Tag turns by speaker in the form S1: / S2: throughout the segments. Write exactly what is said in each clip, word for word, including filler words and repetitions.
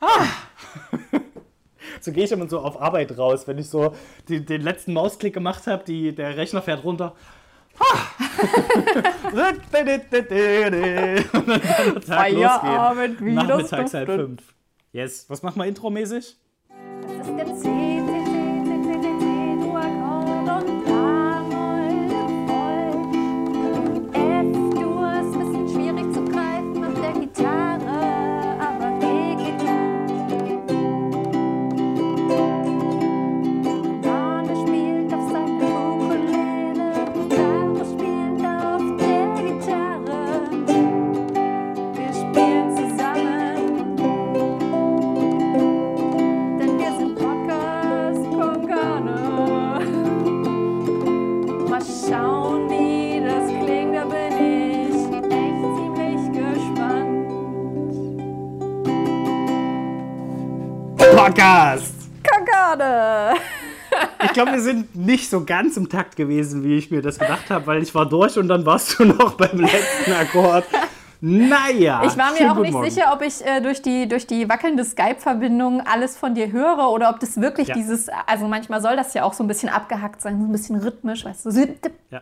S1: So gehe ich immer so auf Arbeit raus, wenn ich so die, den letzten Mausklick gemacht habe, die, der Rechner fährt runter. Und dann kann der Tag
S2: Feierabend,
S1: losgehen. Nachmittags halb fünf. Yes. Was machen wir intromäßig?
S2: Das ist der C, C, C, C, C, C, C-Dur-Akkord und A-Moll voll. F-Dur ist ein bisschen schwierig zu greifen auf der Gitarre, aber G-Gitarre. Dane spielt auf seiner Ukulele, Dane spielt auf der Gitarre. Wir spielen zusammen, denn wir sind Rockers con Carne. Mal schauen, wie das klingt, da bin ich echt ziemlich gespannt.
S1: Podcast!
S2: Konkane!
S1: Ich glaube, wir sind nicht so ganz im Takt gewesen, wie ich mir das gedacht habe, weil ich war durch und dann warst du noch beim letzten Akkord. Naja.
S2: Ich war mir
S1: schönen
S2: auch
S1: guten
S2: nicht
S1: Morgen.
S2: sicher, ob ich äh, durch, die, durch die wackelnde Skype-Verbindung alles von dir höre oder ob das wirklich
S1: Ja.
S2: dieses, also manchmal soll das ja auch so ein bisschen abgehackt sein, so ein bisschen rhythmisch, weißt du.
S1: Ja.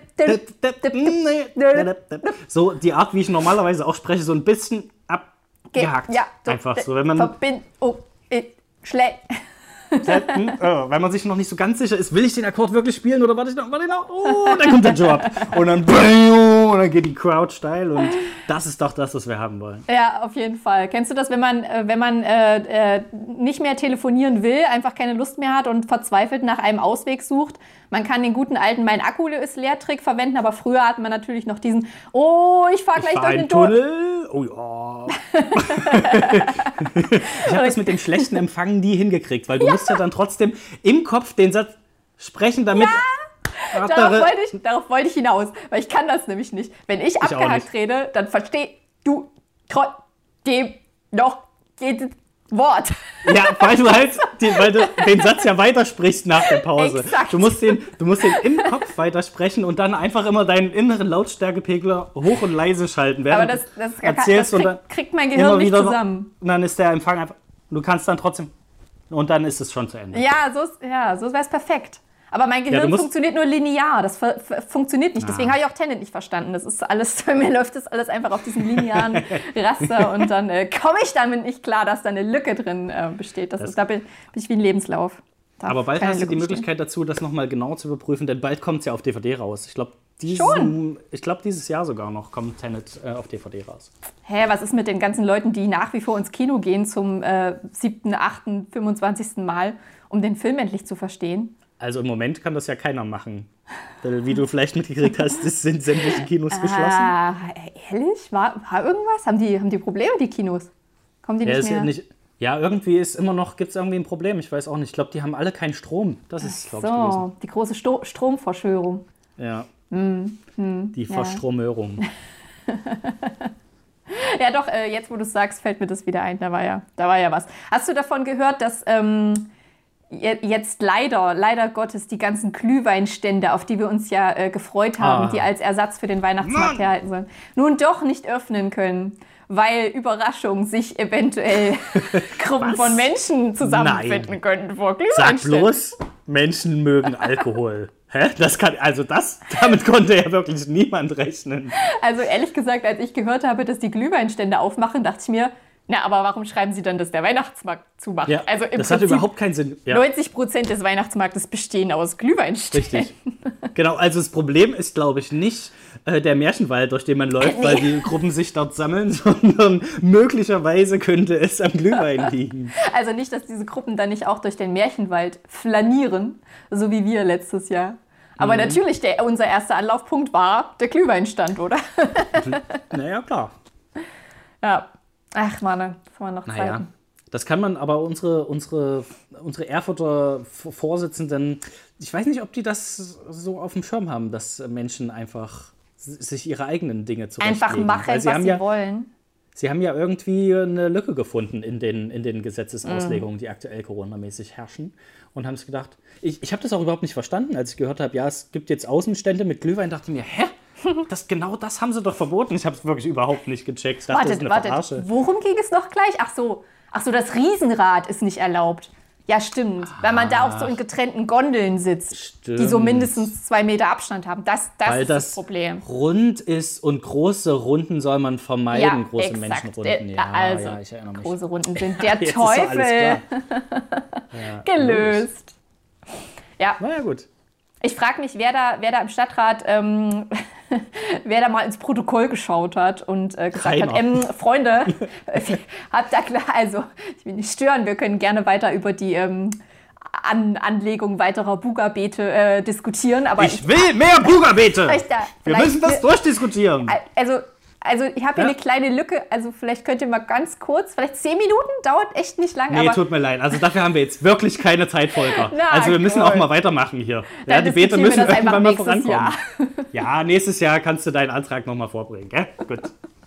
S1: So die Art, wie ich normalerweise auch spreche, so ein bisschen abgehackt.
S2: Ja, so,
S1: Einfach so, wenn man,
S2: Verbind, oh, äh, schlä.
S1: oh, wenn man sich noch nicht so ganz sicher ist, will ich den Akkord wirklich spielen oder warte ich noch, warte ich noch, oh, dann kommt der Drop. Und dann, und dann geht die Crowd steil und das ist doch das, was wir haben wollen.
S2: Ja, auf jeden Fall. Kennst du das, wenn man, äh, wenn man äh, äh, nicht mehr telefonieren will, einfach keine Lust mehr hat und verzweifelt nach einem Ausweg sucht? Man kann den guten alten Mein Akku ist Leer-Trick verwenden, aber früher hat man natürlich noch diesen, oh, ich fahr gleich
S1: Ich fahr
S2: durch
S1: einen
S2: den Tunnel.
S1: Tunnel. Oh ja. Ich habe das mit dem schlechten Empfang nie hingekriegt, weil du musst ja dann trotzdem im Kopf den Satz sprechen, damit...
S2: Darauf wollte, ich, darauf wollte ich hinaus, weil ich kann das nämlich nicht. Wenn ich,
S1: auch
S2: abgehackt
S1: nicht.
S2: rede, dann versteh du trotzdem noch jedes Wort.
S1: Ja, weil du halt die, weil du den Satz ja weitersprichst nach der Pause.
S2: Exakt.
S1: Du musst, den, du musst den im Kopf weitersprechen und dann einfach immer deinen inneren Lautstärkepegler hoch und leise schalten.
S2: Aber das, das, das,
S1: erzählst
S2: das
S1: und dann
S2: kriegt, kriegt mein Gehirn
S1: immer
S2: nicht
S1: wieder
S2: zusammen.
S1: Und dann ist der Empfang einfach... Du kannst dann trotzdem... Und dann ist es schon zu Ende.
S2: Ja, so, ist- ja, so wäre es perfekt. Aber mein Gehirn
S1: musst-
S2: funktioniert nur linear. Das fu- fu- funktioniert nicht. Deswegen
S1: Ah.
S2: habe ich auch Tenet nicht verstanden. Das ist alles, bei mir läuft das alles einfach auf diesem linearen Raster und dann äh, komme ich damit nicht klar, dass da eine Lücke drin äh, besteht. Das,
S1: Das-
S2: ist, da bin, bin ich wie ein Lebenslauf. Darf
S1: Aber bald
S2: keine
S1: hast du die
S2: Lücken
S1: Möglichkeit dazu, das nochmal genau zu überprüfen, denn bald kommt es ja auf D V D raus. Ich glaube,
S2: Schon?
S1: ich glaube, dieses Jahr sogar noch kommt Tenet äh, auf D V D raus.
S2: bestehen. Hä, was ist mit den ganzen Leuten, die nach wie vor ins Kino gehen zum äh, siebten, achten, fünfundzwanzigsten Mal, um den Film endlich zu verstehen?
S1: Also im Moment kann das ja keiner machen. Weil, wie du vielleicht mitgekriegt hast, es sind sämtliche Kinos geschlossen.
S2: Ah, ehrlich? War, war irgendwas? Haben die, haben die Probleme, die Kinos? Kommen die
S1: Ja,
S2: nicht
S1: ist
S2: mehr?
S1: ja, nicht, ja, irgendwie ist immer noch, gibt es irgendwie ein Problem. Ich weiß auch nicht. Ich glaube, die haben alle keinen Strom. Das ist, glaube ich, gewesen.
S2: So, die große Sto Stromverschwörung.
S1: Ja.
S2: Hm,
S1: Die Verstromörung.
S2: Ja, doch, äh, jetzt wo du es sagst, fällt mir das wieder ein. Da war ja, da war ja was. Hast du davon gehört, dass ähm, je- jetzt leider, leider Gottes, die ganzen Glühweinstände, auf die wir uns ja äh, gefreut haben,
S1: Ah.
S2: die als Ersatz für den Weihnachtsmarkt herhalten sollen, nun doch nicht öffnen können? Weil, Überraschung, sich eventuell Gruppen
S1: Was?
S2: von Menschen zusammenfinden
S1: Nein.
S2: könnten vor
S1: Sag
S2: Glühweinständen.
S1: bloß, Menschen mögen Alkohol. Hä? Das kann, also das, damit konnte ja wirklich niemand rechnen.
S2: Also ehrlich gesagt, als ich gehört habe, dass die Glühweinstände aufmachen, dachte ich mir, na, aber warum schreiben sie dann, dass der Weihnachtsmarkt zumacht?
S1: Ja,
S2: also im
S1: das hat
S2: Prinzip
S1: überhaupt keinen Sinn. Ja.
S2: neunzig Prozent des Weihnachtsmarktes bestehen aus Glühweinständen.
S1: Richtig. Genau, also das Problem ist, glaube ich, nicht äh, der Märchenwald, durch den man läuft, weil die Gruppen sich dort sammeln, sondern möglicherweise könnte es am Glühwein liegen.
S2: Also nicht, dass diese Gruppen dann nicht auch durch den Märchenwald flanieren, so wie wir letztes Jahr. Aber
S1: Mhm.
S2: natürlich, der, unser erster Anlaufpunkt war der Glühweinstand, oder?
S1: Naja, klar.
S2: Ja. Ach Mann, das waren noch
S1: Naja,
S2: Zeiten.
S1: das kann man aber unsere, unsere, unsere Erfurter V- Vorsitzenden, ich weiß nicht, ob die das so auf dem Schirm haben, dass Menschen einfach s- sich ihre eigenen Dinge zurechtlegen.
S2: Einfach machen,
S1: Weil
S2: was
S1: sie haben
S2: sie
S1: ja,
S2: wollen.
S1: Sie haben ja irgendwie eine Lücke gefunden in den, in den Gesetzesauslegungen, die aktuell coronamäßig herrschen. Und haben sich gedacht, ich, ich habe das auch überhaupt nicht verstanden, als ich gehört habe, ja, es gibt jetzt Außenstände mit Glühwein, dachte mir, hä? Das, genau das haben sie doch verboten. Ich habe es wirklich überhaupt nicht gecheckt. Ich dachte, das ist
S2: Wartet,
S1: eine
S2: wartet.
S1: Verarsche.
S2: Worum ging es noch gleich? Ach so. Ach so, das Riesenrad ist nicht erlaubt. Ja, stimmt. Ah, weil man da auch so in getrennten Gondeln sitzt, stimmt. die so mindestens zwei Meter Abstand haben. Das, das
S1: weil
S2: ist
S1: das,
S2: das Problem.
S1: Rund ist und große Runden soll man vermeiden,
S2: ja,
S1: große
S2: exakt.
S1: Menschenrunden.
S2: Ja, also,
S1: ja, ich erinnere mich.
S2: Große Runden sind der Teufel. ja, gelöst. Ja.
S1: Na ja, gut.
S2: Ich frage mich, wer da, wer da im Stadtrat, ähm, wer da mal ins Protokoll geschaut hat und äh, gesagt Keiner. hat, ähm, Freunde, habt da klar, also ich will nicht stören, wir können gerne weiter über die ähm, An Anlegung weiterer Buga-Beete äh, diskutieren. Aber
S1: ich, ich will mehr Buga-Beete! Wir müssen das
S2: will,
S1: durchdiskutieren.
S2: Also, also ich habe hier ja? eine kleine Lücke, also vielleicht könnt ihr mal ganz kurz, vielleicht zehn Minuten, dauert echt nicht lange.
S1: Nee, aber tut mir leid, also dafür haben wir jetzt wirklich keine Zeit, Volker. Na, also wir müssen cool. auch mal weitermachen hier. Ja, die Beete müssen irgendwann mal vorankommen. Jahr. Ja, nächstes Jahr kannst du deinen Antrag nochmal vorbringen, gell? Gut.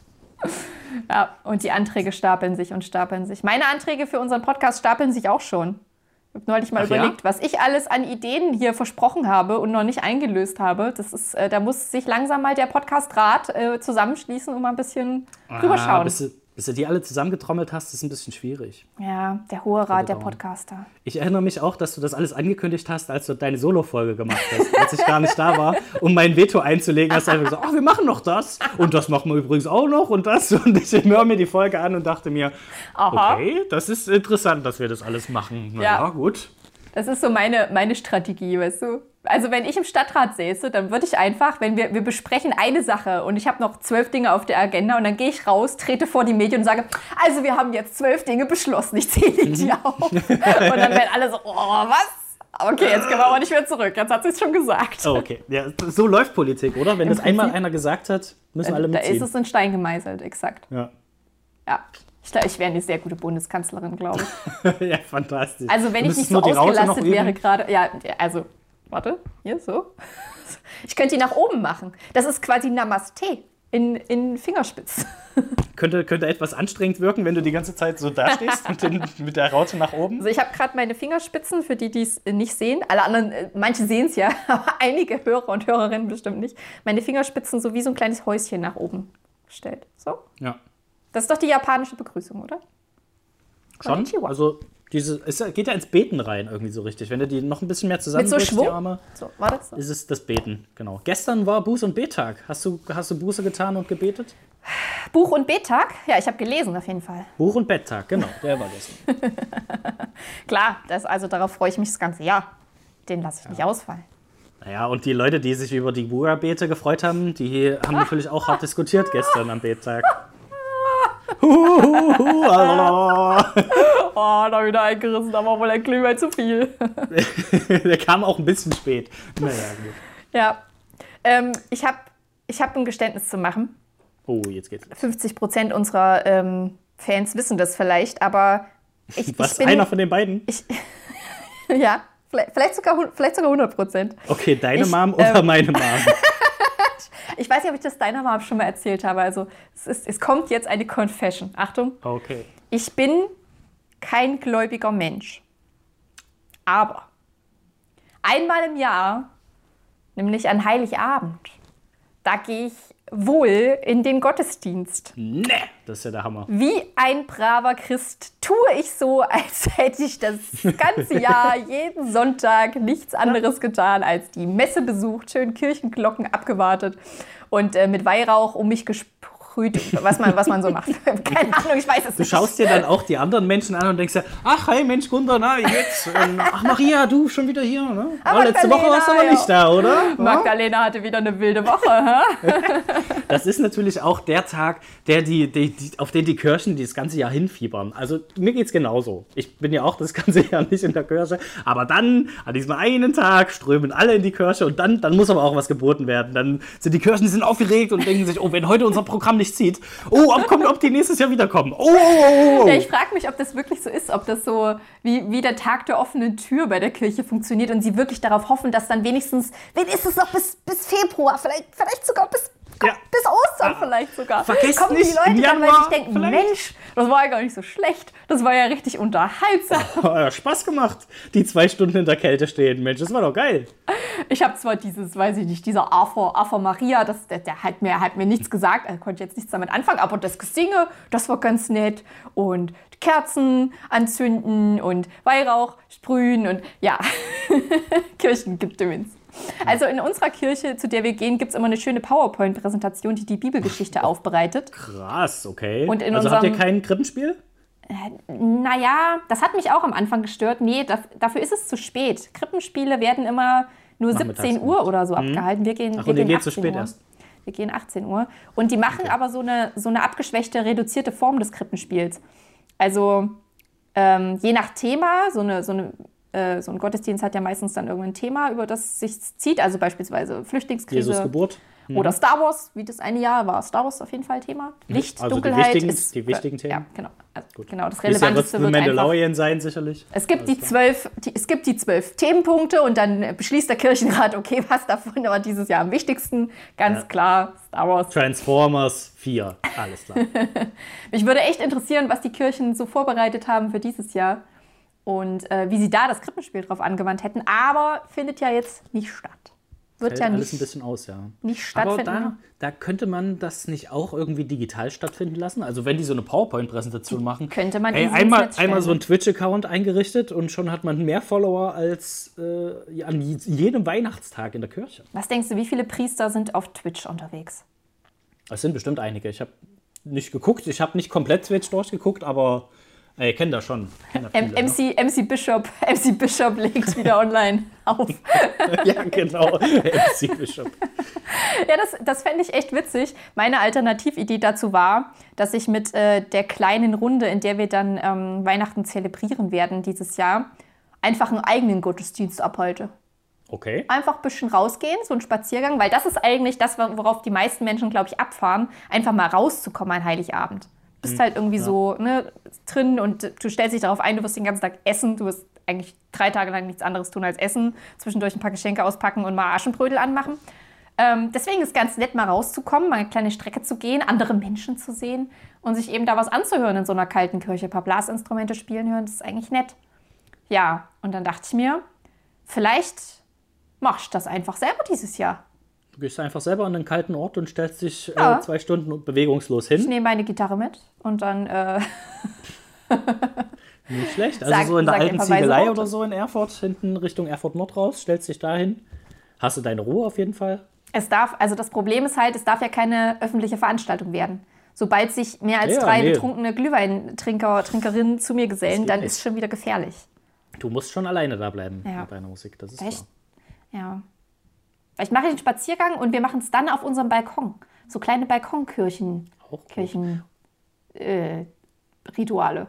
S2: Ja, und die Anträge stapeln sich und stapeln sich. Meine Anträge für unseren Podcast stapeln sich auch schon. Ich habe neulich mal Ach überlegt, ja? was ich alles an Ideen hier versprochen habe und noch nicht eingelöst habe. Das ist, äh, da muss sich langsam mal der Podcast-Rat äh, zusammenschließen und mal ein bisschen drüber schauen.
S1: Bis du, bis du die alle zusammengetrommelt hast, ist ein bisschen schwierig.
S2: Ja, der hohe Rat der Podcaster.
S1: Ich erinnere mich auch, dass du das alles angekündigt hast, als du deine Solo-Folge gemacht hast, als ich gar nicht da war, um mein Veto einzulegen. Hast du einfach gesagt, ach, wir machen noch das und das machen wir übrigens auch noch und das. Und ich höre mir die Folge an und dachte mir, Aha. okay, das ist interessant, dass wir das alles machen. Na ja, ja gut.
S2: Das ist so meine, meine Strategie, weißt du. Also wenn ich im Stadtrat säße, dann würde ich einfach, wenn wir, wir besprechen eine Sache und ich habe noch zwölf Dinge auf der Agenda und dann gehe ich raus, trete vor die Medien und sage, also wir haben jetzt zwölf Dinge beschlossen, ich zähle die auf. Und dann werden alle so, oh, was? Okay, jetzt können wir aber nicht mehr zurück, jetzt hat sie es schon gesagt.
S1: Oh, okay, ja, so läuft Politik, oder? Wenn Im das Prinzip, einmal einer gesagt hat, müssen alle mitziehen.
S2: Da ist es in Stein gemeißelt, exakt.
S1: Ja.
S2: Ja. Ich, ich wäre eine sehr gute Bundeskanzlerin, glaube ich.
S1: Ja, fantastisch.
S2: Also wenn ich nicht so ausgelastet wäre gerade, ja, also, warte, hier so. Ich könnte die nach oben machen. Das ist quasi Namaste in, in Fingerspitzen.
S1: Könnte, könnte etwas anstrengend wirken, wenn du die ganze Zeit so da stehst mit, den, mit der Raute nach oben?
S2: Also ich habe gerade meine Fingerspitzen, für die, die es nicht sehen. Alle anderen, manche sehen es ja, aber einige Hörer und Hörerinnen bestimmt nicht. Meine Fingerspitzen so wie so ein kleines Häuschen nach oben gestellt. So?
S1: Ja.
S2: Das ist doch die japanische Begrüßung, oder?
S1: Schon? Also diese, es geht ja ins Beten rein irgendwie so richtig. Wenn du die noch ein bisschen mehr zusammendrückst,
S2: so
S1: die Arme,
S2: so, war das so?
S1: Ist es das Beten, genau. Gestern war Buß- und Bettag. Hast du, hast du Buße getan und gebetet?
S2: Buch- und Bettag? Ja, ich habe gelesen auf jeden Fall.
S1: Buch- und Betttag, genau, der war gestern.
S2: Klar, das, also darauf freue ich mich das ganze Jahr. Den lasse ich ja. nicht ausfallen.
S1: Naja, und die Leute, die sich über die Buga-Beete gefreut haben, die haben natürlich auch hart diskutiert gestern am Bettag.
S2: oh, da wieder eingerissen, da war wohl ein Glühwein zu viel.
S1: Der kam auch ein bisschen spät. Naja, gut.
S2: Ja, ähm, ich habe ich hab ein Geständnis zu machen.
S1: Oh, jetzt geht's.
S2: fünfzig Prozent unserer ähm, Fans wissen das vielleicht, aber ich,
S1: Was,
S2: ich bin...
S1: einer von den beiden?
S2: Ich, ja, vielleicht, vielleicht, sogar, vielleicht sogar hundert Prozent.
S1: Okay, deine ich, Mom oder ähm, meine Mom?
S2: Ich weiß nicht, ob ich das deiner Mom schon mal erzählt habe. Also es, ist, es kommt jetzt eine Confession. Achtung.
S1: Okay.
S2: Ich bin kein gläubiger Mensch. Aber einmal im Jahr, nämlich an Heiligabend, da gehe ich wohl in den Gottesdienst.
S1: Nee, das ist ja der Hammer.
S2: Wie ein braver Christ tue ich so, als hätte ich das ganze Jahr, jeden Sonntag nichts anderes getan, als die Messe besucht, schön Kirchenglocken abgewartet und äh, mit Weihrauch um mich gesprüht, was man, was man so macht. Keine Ahnung, ich weiß es
S1: du
S2: nicht.
S1: Du schaust dir dann auch die anderen Menschen an und denkst ja, ach, hey Mensch, Gunther, na, wie geht's? Ähm, ach, Maria, du schon wieder hier, ne? Oh, letzte Woche warst du aber nicht da, oder?
S2: Magdalena hatte wieder eine wilde Woche, hä?
S1: Das ist natürlich auch der Tag, der die, die, die, auf den die Kirchen das ganze Jahr hinfiebern. Also mir geht's genauso. Ich bin ja auch das ganze Jahr nicht in der Kirche, aber dann, an diesem einen Tag, strömen alle in die Kirche und dann, dann muss aber auch was geboten werden. Dann sind die Kirchen, die sind aufgeregt und denken sich, oh, wenn heute unser Programm nicht zieht, oh, ob, kommt, ob die nächstes Jahr wiederkommen. Oh, oh, oh.
S2: Ja, ich frage mich, ob das wirklich so ist, ob das so wie, wie der Tag der offenen Tür bei der Kirche funktioniert und sie wirklich darauf hoffen, dass dann wenigstens, wenigstens noch bis, bis Februar, vielleicht, vielleicht sogar bis, ja. bis Ostern ah, vielleicht sogar,
S1: vergesst
S2: kommen
S1: nicht,
S2: die Leute
S1: Januar,
S2: dann, weil sie denken, vielleicht. Mensch, das war ja gar nicht so schlecht, das war ja richtig unterhaltsam.
S1: Oh, ja, Spaß gemacht, die zwei Stunden in der Kälte stehen, Mensch, das war doch geil.
S2: Ich habe zwar dieses, weiß ich nicht, dieser Ave, Ave Maria, das, der, der hat, mir, hat mir nichts gesagt, er konnte jetzt nichts damit anfangen, aber das Gesinge, das war ganz nett. Und Kerzen anzünden und Weihrauch sprühen und ja, Kirchengedöns. Also in unserer Kirche, zu der wir gehen, gibt es immer eine schöne PowerPoint-Präsentation, die die Bibelgeschichte aufbereitet.
S1: Krass, okay.
S2: Und in
S1: also
S2: unserem,
S1: habt ihr kein Krippenspiel?
S2: Äh, naja, das hat mich auch am Anfang gestört. Nee, das, dafür ist es zu spät. Krippenspiele werden immer nur siebzehn Uhr oder so mhm. abgehalten. Wir gehen,
S1: Ach,
S2: wir
S1: und ihr
S2: gehen
S1: geht zu spät
S2: Uhr.
S1: erst?
S2: Wir gehen achtzehn Uhr. Und die machen okay. aber so eine, so eine abgeschwächte, reduzierte Form des Krippenspiels. Also ähm, je nach Thema, so eine, so eine so ein Gottesdienst hat ja meistens dann irgendein Thema, über das es sich zieht. Also beispielsweise Flüchtlingskrise.
S1: Jesus Geburt. Mhm.
S2: Oder Star Wars, wie das eine Jahr war. Star Wars auf jeden Fall Thema. Licht,
S1: also
S2: Dunkelheit.
S1: Die wichtigen,
S2: ist,
S1: die wichtigen Themen.
S2: Ja, genau. Also,
S1: Gut.
S2: genau das
S1: Relevanteste wird,
S2: wird
S1: Mandalorian
S2: einfach,
S1: sein, sicherlich.
S2: Es gibt, die zwölf, die, es gibt die zwölf Themenpunkte und dann beschließt der Kirchenrat, okay, was davon war dieses Jahr am wichtigsten? Ganz ja. klar, Star Wars.
S1: Transformers vier, alles klar.
S2: Mich würde echt interessieren, was die Kirchen so vorbereitet haben für dieses Jahr. Und äh, wie sie da das Krippenspiel drauf angewandt hätten. Aber findet ja jetzt nicht statt. Wird
S1: Fällt
S2: ja
S1: alles
S2: nicht,
S1: ein bisschen aus, ja.
S2: Nicht stattfinden.
S1: Aber da, da könnte man das nicht auch irgendwie digital stattfinden lassen? Also wenn die so eine PowerPoint-Präsentation machen.
S2: Könnte man
S1: ey, einmal, einmal so einen Twitch-Account eingerichtet und schon hat man mehr Follower als äh, an jedem Weihnachtstag in der Kirche.
S2: Was denkst du, wie viele Priester sind auf Twitch unterwegs?
S1: Es sind bestimmt einige. Ich habe nicht geguckt, ich habe nicht komplett Twitch durchgeguckt, aber... Ich kenne das schon. Kenn da viele,
S2: M C, ne? M C Bishop, M C Bishop legt wieder online auf.
S1: Ja, genau. M C Bishop.
S2: Ja, das, das fände ich echt witzig. Meine Alternatividee dazu war, dass ich mit äh, der kleinen Runde, in der wir dann ähm, Weihnachten zelebrieren werden dieses Jahr, einfach einen eigenen Gottesdienst abhalte.
S1: Okay.
S2: Einfach ein bisschen rausgehen, so ein Spaziergang, weil das ist eigentlich das, worauf die meisten Menschen, glaube ich, abfahren, einfach mal rauszukommen an Heiligabend. Du bist halt irgendwie ja. so ne, drin und du stellst dich darauf ein, du wirst den ganzen Tag essen. Du wirst eigentlich drei Tage lang nichts anderes tun als essen, zwischendurch ein paar Geschenke auspacken und mal Aschenbrödel anmachen. Ähm, deswegen ist es ganz nett, mal rauszukommen, mal eine kleine Strecke zu gehen, andere Menschen zu sehen und sich eben da was anzuhören in so einer kalten Kirche. Ein paar Blasinstrumente spielen hören, das ist eigentlich nett. Ja, und dann dachte ich mir, vielleicht machst du das einfach selber dieses Jahr.
S1: Du gehst einfach selber an einen kalten Ort und stellst dich
S2: ja.
S1: äh, zwei Stunden bewegungslos hin.
S2: Ich nehme meine Gitarre mit und dann... Äh
S1: Nicht schlecht. Also
S2: sag,
S1: so in der alten Ziegelei oder so in Erfurt, hinten Richtung Erfurt Nord raus, stellst dich da hin. Hast du deine Ruhe auf jeden Fall?
S2: Es darf, also das Problem ist halt, es darf ja keine öffentliche Veranstaltung werden. Sobald sich mehr als
S1: ja,
S2: drei
S1: nee.
S2: betrunkene Glühweintrinker, Trinkerinnen zu mir gesellen, dann
S1: nicht.
S2: ist es schon wieder gefährlich.
S1: Du musst schon alleine da bleiben
S2: ja.
S1: mit deiner Musik, das ist
S2: Echt?
S1: klar.
S2: Ja. Ich mache den Spaziergang und wir machen es dann auf unserem Balkon. So kleine Balkonkirchen.
S1: Auch
S2: Kirchen. Äh, Rituale.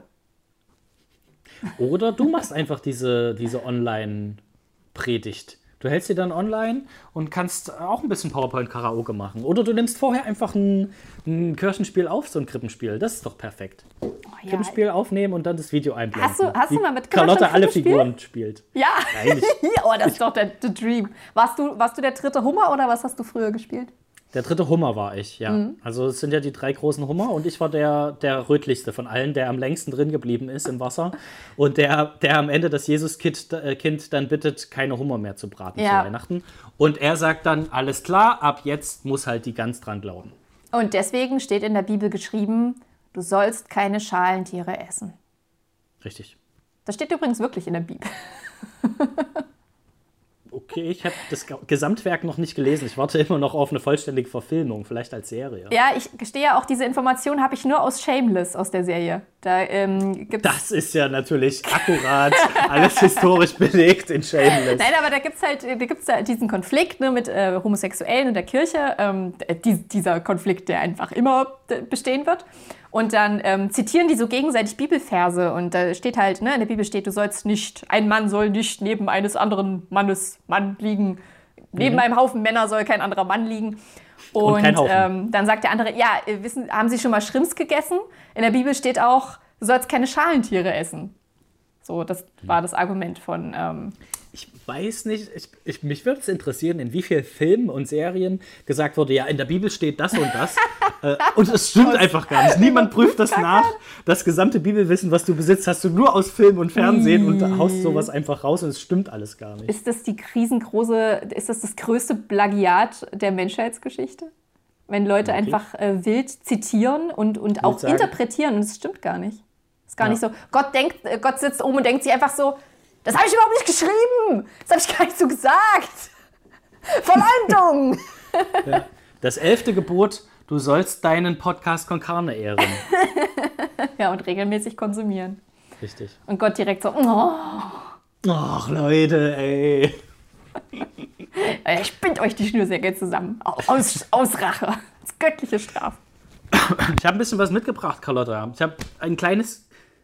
S1: Oder du machst einfach diese, diese Online-Predigt. Du hältst sie dann online und kannst auch ein bisschen PowerPoint-Karaoke machen. Oder du nimmst vorher einfach ein, ein Kirchenspiel auf, so ein Krippenspiel. Das ist doch perfekt. Oh, ja. Krippenspiel aufnehmen und dann das Video einblenden.
S2: Hast du, hast du mal mit
S1: Carlotta alle Figuren spielt.
S2: Ja,
S1: Nein,
S2: oh, das ist doch der, der Dream. Warst du, warst du der dritte Hummer oder was hast du früher gespielt?
S1: Der dritte Hummer war ich, ja. Mhm. Also es sind ja die drei großen Hummer und ich war der, der rötlichste von allen, der am längsten drin geblieben ist im Wasser und der, der am Ende das Jesuskind äh, Kind dann bittet, keine Hummer mehr zu braten
S2: ja.
S1: zu Weihnachten. Und er sagt dann, alles klar, ab jetzt muss halt die Gans dran glauben.
S2: Und deswegen steht in der Bibel geschrieben, du sollst keine Schalentiere essen.
S1: Richtig.
S2: Das steht übrigens wirklich in der Bibel.
S1: Okay, ich habe das Gesamtwerk noch nicht gelesen. Ich warte immer noch auf eine vollständige Verfilmung, vielleicht als Serie.
S2: Ja, ich gestehe auch, diese Information habe ich nur aus Shameless, aus der Serie. Da, ähm, gibt's
S1: das ist ja natürlich akkurat alles historisch belegt in Shameless.
S2: Nein, aber da gibt es halt da gibt's da diesen Konflikt ne, mit äh, Homosexuellen und der Kirche. Ähm, die, dieser Konflikt, der einfach immer bestehen wird. Und dann ähm, zitieren die so gegenseitig Bibelverse und da steht halt, ne, in der Bibel steht, du sollst nicht, ein Mann soll nicht neben eines anderen Mannes Mann liegen, neben mhm. einem Haufen Männer soll kein anderer Mann liegen. Und,
S1: und kein Haufen.
S2: Ähm, dann sagt der andere, ja, wissen, haben Sie schon mal Shrimps gegessen? In der Bibel steht auch, du sollst keine Schalentiere essen. So, das war das Argument von... Ähm,
S1: Ich weiß nicht, ich, ich, mich würde es interessieren, in wie vielen Filmen und Serien gesagt wurde, ja, in der Bibel steht das und das. äh, und es stimmt einfach gar nicht. Niemand prüft das nach. Das gesamte Bibelwissen, was du besitzt, hast du nur aus Film und Fernsehen und haust sowas einfach raus und es stimmt alles gar nicht.
S2: Ist das die riesengroße, ist das das größte Plagiat der Menschheitsgeschichte? Wenn Leute okay. einfach äh, wild zitieren und, und auch sagen. interpretieren und es stimmt gar nicht. Ist gar ja. nicht so. Gott denkt, Gott sitzt oben und denkt sich einfach so, das habe ich überhaupt nicht geschrieben. Das habe ich gar nicht so gesagt. Verleumdung.
S1: Ja. Das elfte Gebot, du sollst deinen Podcast con carne ehren.
S2: Ja, und regelmäßig konsumieren.
S1: Richtig.
S2: Und Gott direkt so, oh.
S1: Ach, Leute, ey.
S2: Ich bind euch die Schnürsenkel zusammen. Aus, aus Rache. Als göttliche Strafe.
S1: Ich habe ein bisschen was mitgebracht, Carlotta. Ich habe ein kleines...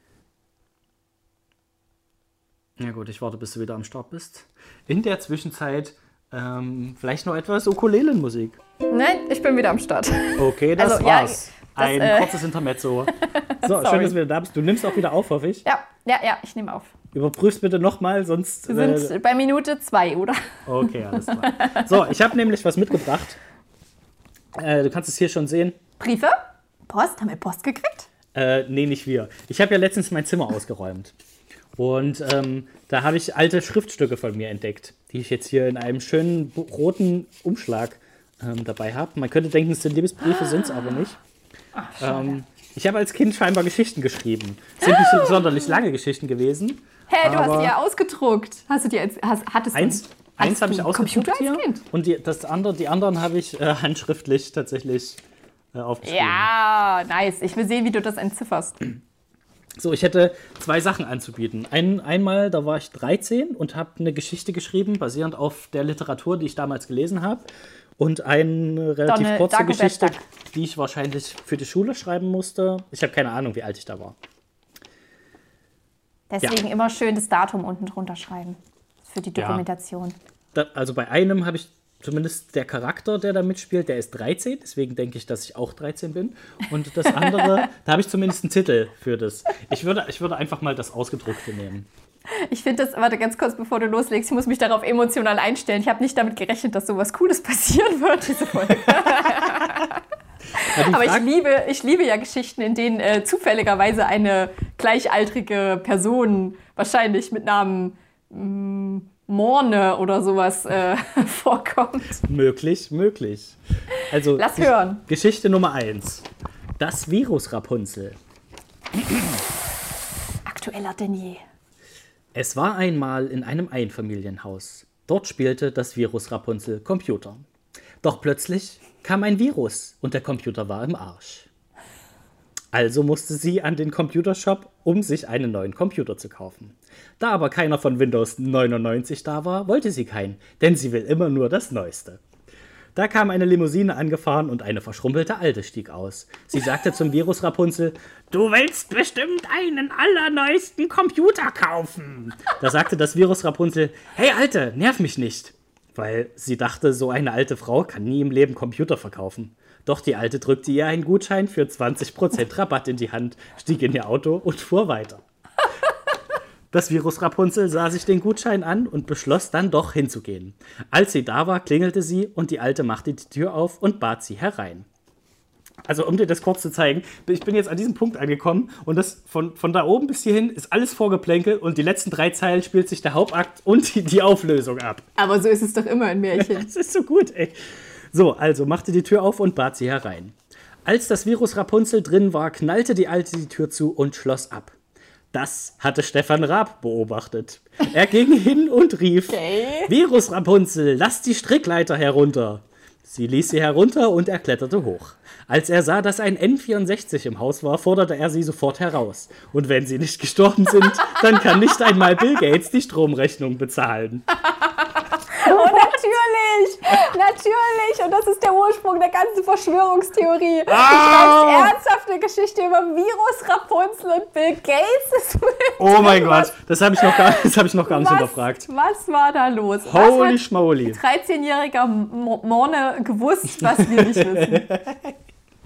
S1: Ja gut, ich warte, bis du wieder am Start bist. In der Zwischenzeit ähm, vielleicht noch etwas Ukulelenmusik.
S2: Nein, ich bin wieder am Start.
S1: Okay, das
S2: also,
S1: war's.
S2: Ja, das,
S1: ein
S2: äh...
S1: kurzes Intermezzo. So, schön, dass du wieder da bist. Du nimmst auch wieder auf, hoffe ich.
S2: Ja, ja, ja, ich nehme auf.
S1: Überprüfst bitte nochmal, sonst...
S2: Wir sind äh... bei Minute zwei, oder?
S1: Okay, alles klar. So, ich habe nämlich was mitgebracht. Äh, du kannst es hier schon sehen.
S2: Briefe? Post? Haben wir Post gekriegt?
S1: Äh, nee, nicht wir. Ich habe ja letztens mein Zimmer ausgeräumt. Und ähm, da habe ich alte Schriftstücke von mir entdeckt, die ich jetzt hier in einem schönen roten Umschlag ähm, dabei habe. Man könnte denken, es sind Liebesbriefe, sind es aber nicht.
S2: Ach,
S1: ähm, ich habe als Kind scheinbar Geschichten geschrieben. Es sind nicht sonderlich lange Geschichten gewesen.
S2: Hä, hey, du hast die ja ausgedruckt. Hast du die als, hast, hattest
S1: eins,
S2: du
S1: eins habe ich ausgedruckt hier.
S2: Als Kind?
S1: Und die, das andere, die anderen habe ich äh, handschriftlich tatsächlich äh, aufgeschrieben.
S2: Ja, nice. Ich will sehen, wie du das entzifferst.
S1: So, ich hätte zwei Sachen anzubieten. Ein, einmal, da war ich dreizehn und habe eine Geschichte geschrieben, basierend auf der Literatur, die ich damals gelesen habe. Und eine relativ Donne, kurze Dagobert Geschichte, Duck. die ich wahrscheinlich für die Schule schreiben musste. Ich habe keine Ahnung, wie alt ich da war.
S2: Deswegen ja. immer schön das Datum unten drunter schreiben. Für die Dokumentation.
S1: Ja. Da, also bei einem habe ich zumindest der Charakter, der da mitspielt, der ist dreizehn. Deswegen denke ich, dass ich auch dreizehn bin. Und das andere, da habe ich zumindest einen Titel für das. Ich würde, ich würde einfach mal das Ausgedruckte nehmen.
S2: Ich finde das, warte ganz kurz, bevor du loslegst, ich muss mich darauf emotional einstellen. Ich habe nicht damit gerechnet, dass sowas Cooles passieren wird, diese Folge. Ja, aber ich liebe, ich liebe ja Geschichten, in denen äh, zufälligerweise eine gleichaltrige Person, wahrscheinlich mit Namen mh, Morne oder sowas äh, vorkommt.
S1: Möglich, möglich. Also,
S2: Lass hören.
S1: Geschichte Nummer eins. Das Virus Rapunzel.
S2: Aktueller denn je.
S1: Es war einmal in einem Einfamilienhaus. Dort spielte das Virus Rapunzel Computer. Doch plötzlich kam ein Virus und der Computer war im Arsch. Also musste sie an den Computershop, um sich einen neuen Computer zu kaufen. Da aber keiner von Windows neunundneunzig da war, wollte sie keinen, denn sie will immer nur das Neueste. Da kam eine Limousine angefahren und eine verschrumpelte Alte stieg aus. Sie sagte zum Virus Rapunzel, du willst bestimmt einen allerneuesten Computer kaufen. Da sagte das Virus Rapunzel, hey Alte, nerv mich nicht. Weil sie dachte, so eine alte Frau kann nie im Leben Computer verkaufen. Doch die Alte drückte ihr einen Gutschein für zwanzig Prozent Rabatt in die Hand, stieg in ihr Auto und fuhr weiter. Das Virus Rapunzel sah sich den Gutschein an und beschloss dann doch hinzugehen. Als sie da war, klingelte sie und die Alte machte die Tür auf und bat sie herein. Also um dir das kurz zu zeigen, ich bin jetzt an diesem Punkt angekommen und das von, von da oben bis hierhin ist alles Vorgeplänkel und die letzten drei Zeilen spielt sich der Hauptakt und die, die Auflösung ab.
S2: Aber so ist es doch immer in Märchen.
S1: Das ist so gut, ey. So, also machte die Tür auf und bat sie herein. Als das Virus Rapunzel drin war, knallte die Alte die Tür zu und schloss ab. Das hatte Stefan Raab beobachtet. Er ging hin und rief, okay. Virus Rapunzel, lass die Strickleiter herunter. Sie ließ sie herunter und er kletterte hoch. Als er sah, dass ein N vierundsechzig im Haus war, forderte er sie sofort heraus. Und wenn sie nicht gestorben sind, dann kann nicht einmal Bill Gates die Stromrechnung bezahlen.
S2: Oh, natürlich! Natürlich! Und das ist der Ursprung der ganzen Verschwörungstheorie. Ah! Du schreibst ernsthaft eine Geschichte über Virus, Rapunzel und Bill Gates.
S1: Oh mein Gott, das habe ich noch gar, das hab ich noch gar nicht
S2: was,
S1: hinterfragt.
S2: Was war da los?
S1: Holy schmoly.
S2: dreizehnjähriger Morne gewusst, was wir nicht wissen.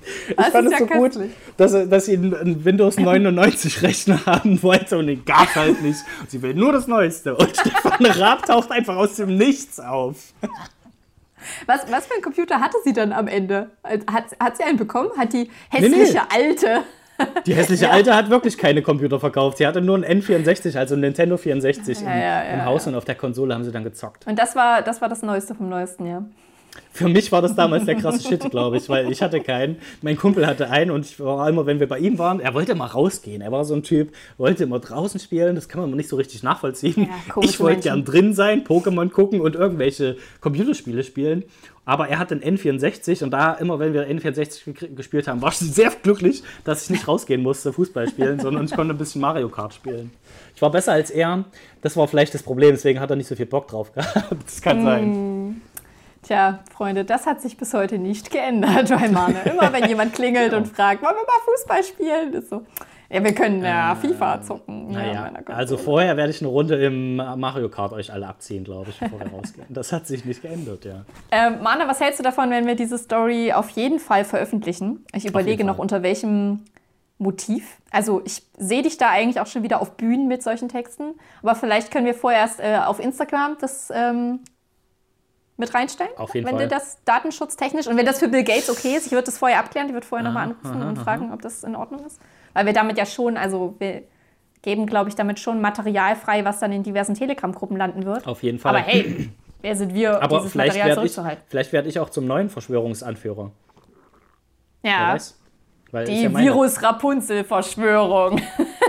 S1: Ich fand es so gut, dass, dass sie einen Windows neunundneunzig Rechner haben wollte und den gab es halt nicht. Sie will nur das Neueste. Und Stefan Raab taucht einfach aus dem Nichts auf.
S2: Was, was für ein Computer hatte sie dann am Ende? Hat, hat sie einen bekommen? Hat die hässliche nee, nee. Alte...
S1: Die hässliche ja. Alte hat wirklich keine Computer verkauft. Sie hatte nur einen N vierundsechzig, also einen Nintendo vierundsechzig
S2: ja,
S1: im,
S2: ja, ja,
S1: im Haus
S2: ja.
S1: und auf der Konsole haben sie dann gezockt.
S2: Und das war das, war das Neueste vom Neuesten, ja.
S1: Für mich war das damals der krasse Shit, glaube ich, weil ich hatte keinen. Mein Kumpel hatte einen und ich war immer, wenn wir bei ihm waren, er wollte immer rausgehen. Er war so ein Typ, wollte immer draußen spielen, das kann man nicht so richtig nachvollziehen. Ja, ich wollte gern drin sein, Pokémon gucken und irgendwelche Computerspiele spielen. Aber er hatte einen N vierundsechzig und da immer, wenn wir N vierundsechzig gespielt haben, war ich sehr glücklich, dass ich nicht rausgehen musste, Fußball spielen, sondern ich konnte ein bisschen Mario Kart spielen. Ich war besser als er, das war vielleicht das Problem, deswegen hat er nicht so viel Bock drauf gehabt. Das kann mm. sein.
S2: Tja, Freunde, das hat sich bis heute nicht geändert bei Mane. Immer wenn jemand klingelt und fragt, wollen wir mal Fußball spielen? Das ist so, ja, wir können ja äh, FIFA zocken.
S1: Naja, ja, also vorher werde ich eine Runde im Mario Kart euch alle abziehen, glaube ich, bevor wir rausgehen. Das hat sich nicht geändert, ja.
S2: Ähm, Mane, was hältst du davon, wenn wir diese Story auf jeden Fall veröffentlichen? Ich überlege noch, unter welchem Motiv. Also ich sehe dich da eigentlich auch schon wieder auf Bühnen mit solchen Texten. Aber vielleicht können wir vorerst äh, auf Instagram das... Ähm, mit reinstellen,
S1: auf jeden
S2: wenn
S1: Fall.
S2: dir das datenschutztechnisch und wenn das für Bill Gates okay ist, ich würde das vorher abklären, ich würde vorher nochmal anrufen aha, und fragen, aha. ob das in Ordnung ist. Weil wir damit ja schon, also wir geben, glaube ich, damit schon Material frei, was dann in diversen Telegram-Gruppen landen wird.
S1: Auf jeden Fall.
S2: Aber hey, wer sind wir,
S1: Aber
S2: dieses
S1: vielleicht
S2: Material
S1: ich,
S2: zurückzuhalten?
S1: Vielleicht werde ich auch zum neuen Verschwörungsanführer.
S2: Ja,
S1: wer weiß? Weil
S2: die
S1: ja
S2: Virus-Rapunzel-Verschwörung.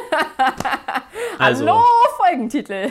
S1: Also.
S2: Hallo, Folgentitel.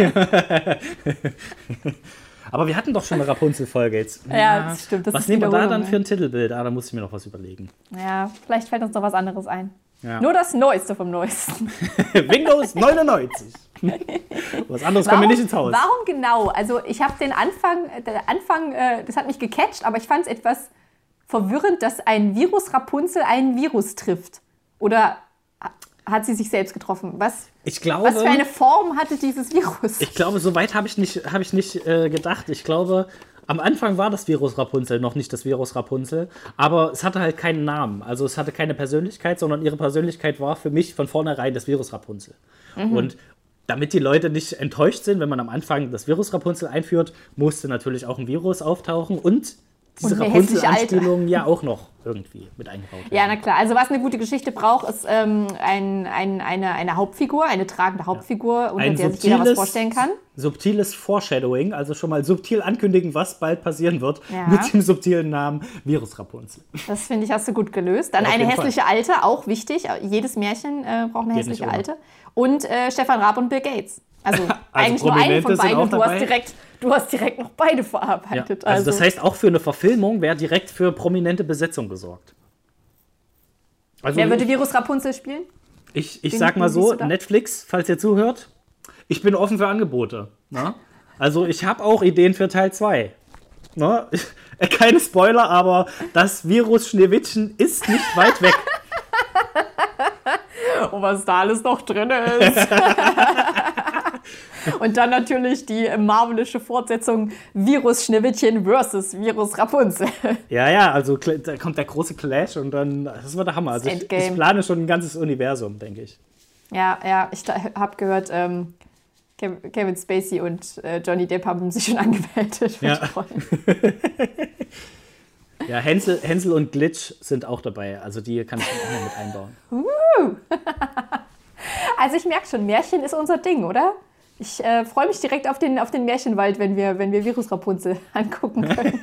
S1: Aber wir hatten doch schon eine Rapunzel-Folge jetzt.
S2: Ja, das stimmt. Das
S1: was nehmen wir da dann für ein Titelbild? Ah, da muss ich mir noch was überlegen.
S2: Ja, vielleicht fällt uns noch was anderes ein.
S1: Ja.
S2: Nur das Neueste vom Neuesten.
S1: Windows neunundneunzig. Was anderes kommt mir nicht ins Haus.
S2: Warum genau? Also ich habe den Anfang, der Anfang, äh, das hat mich gecatcht, aber ich fand es etwas verwirrend, dass ein Virus Rapunzel einen Virus trifft. Oder hat sie sich selbst getroffen? Was,
S1: ich glaube,
S2: was für eine Form hatte dieses Virus?
S1: Ich glaube, so weit habe ich nicht, hab ich nicht äh, gedacht. Ich glaube, am Anfang war das Virus Rapunzel noch nicht das Virus Rapunzel, aber es hatte halt keinen Namen. Also es hatte keine Persönlichkeit, sondern ihre Persönlichkeit war für mich von vornherein das Virus Rapunzel. Mhm. Und damit die Leute nicht enttäuscht sind, wenn man am Anfang das Virus Rapunzel einführt, musste natürlich auch ein Virus auftauchen und diese Rapunzel-Anspielungen ja auch noch irgendwie mit eingebaut werden.
S2: Ja, na klar. Also was eine gute Geschichte braucht, ist ähm, ein, ein, eine, eine Hauptfigur, eine tragende Hauptfigur, ja. unter ein der sich jeder was vorstellen kann.
S1: Subtiles Foreshadowing, also schon mal subtil ankündigen, was bald passieren wird,
S2: ja.
S1: mit dem subtilen Namen Virus Rapunzel.
S2: Das finde ich, hast du gut gelöst. Dann ja, eine hässliche Fall. Alte, auch wichtig. Jedes Märchen äh, braucht eine Geht hässliche Alte. Und äh, Stefan Raab und Bill Gates. Also, also eigentlich nur einen von beiden und du hast, direkt, du hast direkt noch beide verarbeitet.
S1: Ja, also, also das heißt, auch für eine Verfilmung wäre direkt für prominente Besetzung gesorgt. Also
S2: wer würde Virus Rapunzel spielen?
S1: Ich, ich sag mal so, Netflix, falls ihr zuhört, ich bin offen für Angebote. Ne? Also ich habe auch Ideen für Teil zwei. Ne? Keine Spoiler, aber das Virus Schneewittchen ist nicht weit weg.
S2: Und was da alles noch drin ist. Und dann natürlich die marvelische Fortsetzung Virus Schneewittchen versus Virus Rapunzel.
S1: Ja, ja, also da kommt der große Clash und dann, das wird der Hammer. Also ich, ich plane schon ein ganzes Universum, denke ich.
S2: Ja, ja, ich habe gehört, ähm, Kevin Spacey und äh, Johnny Depp haben sich schon angemeldet.
S1: Ja. Ja, Hänsel, Hänsel und Glitch sind auch dabei. Also die kann ich auch noch mit einbauen.
S2: Uh. Also ich merke schon, Märchen ist unser Ding, oder? Ich äh, freue mich direkt auf den, auf den Märchenwald, wenn wir, wenn wir Virus Rapunzel angucken können.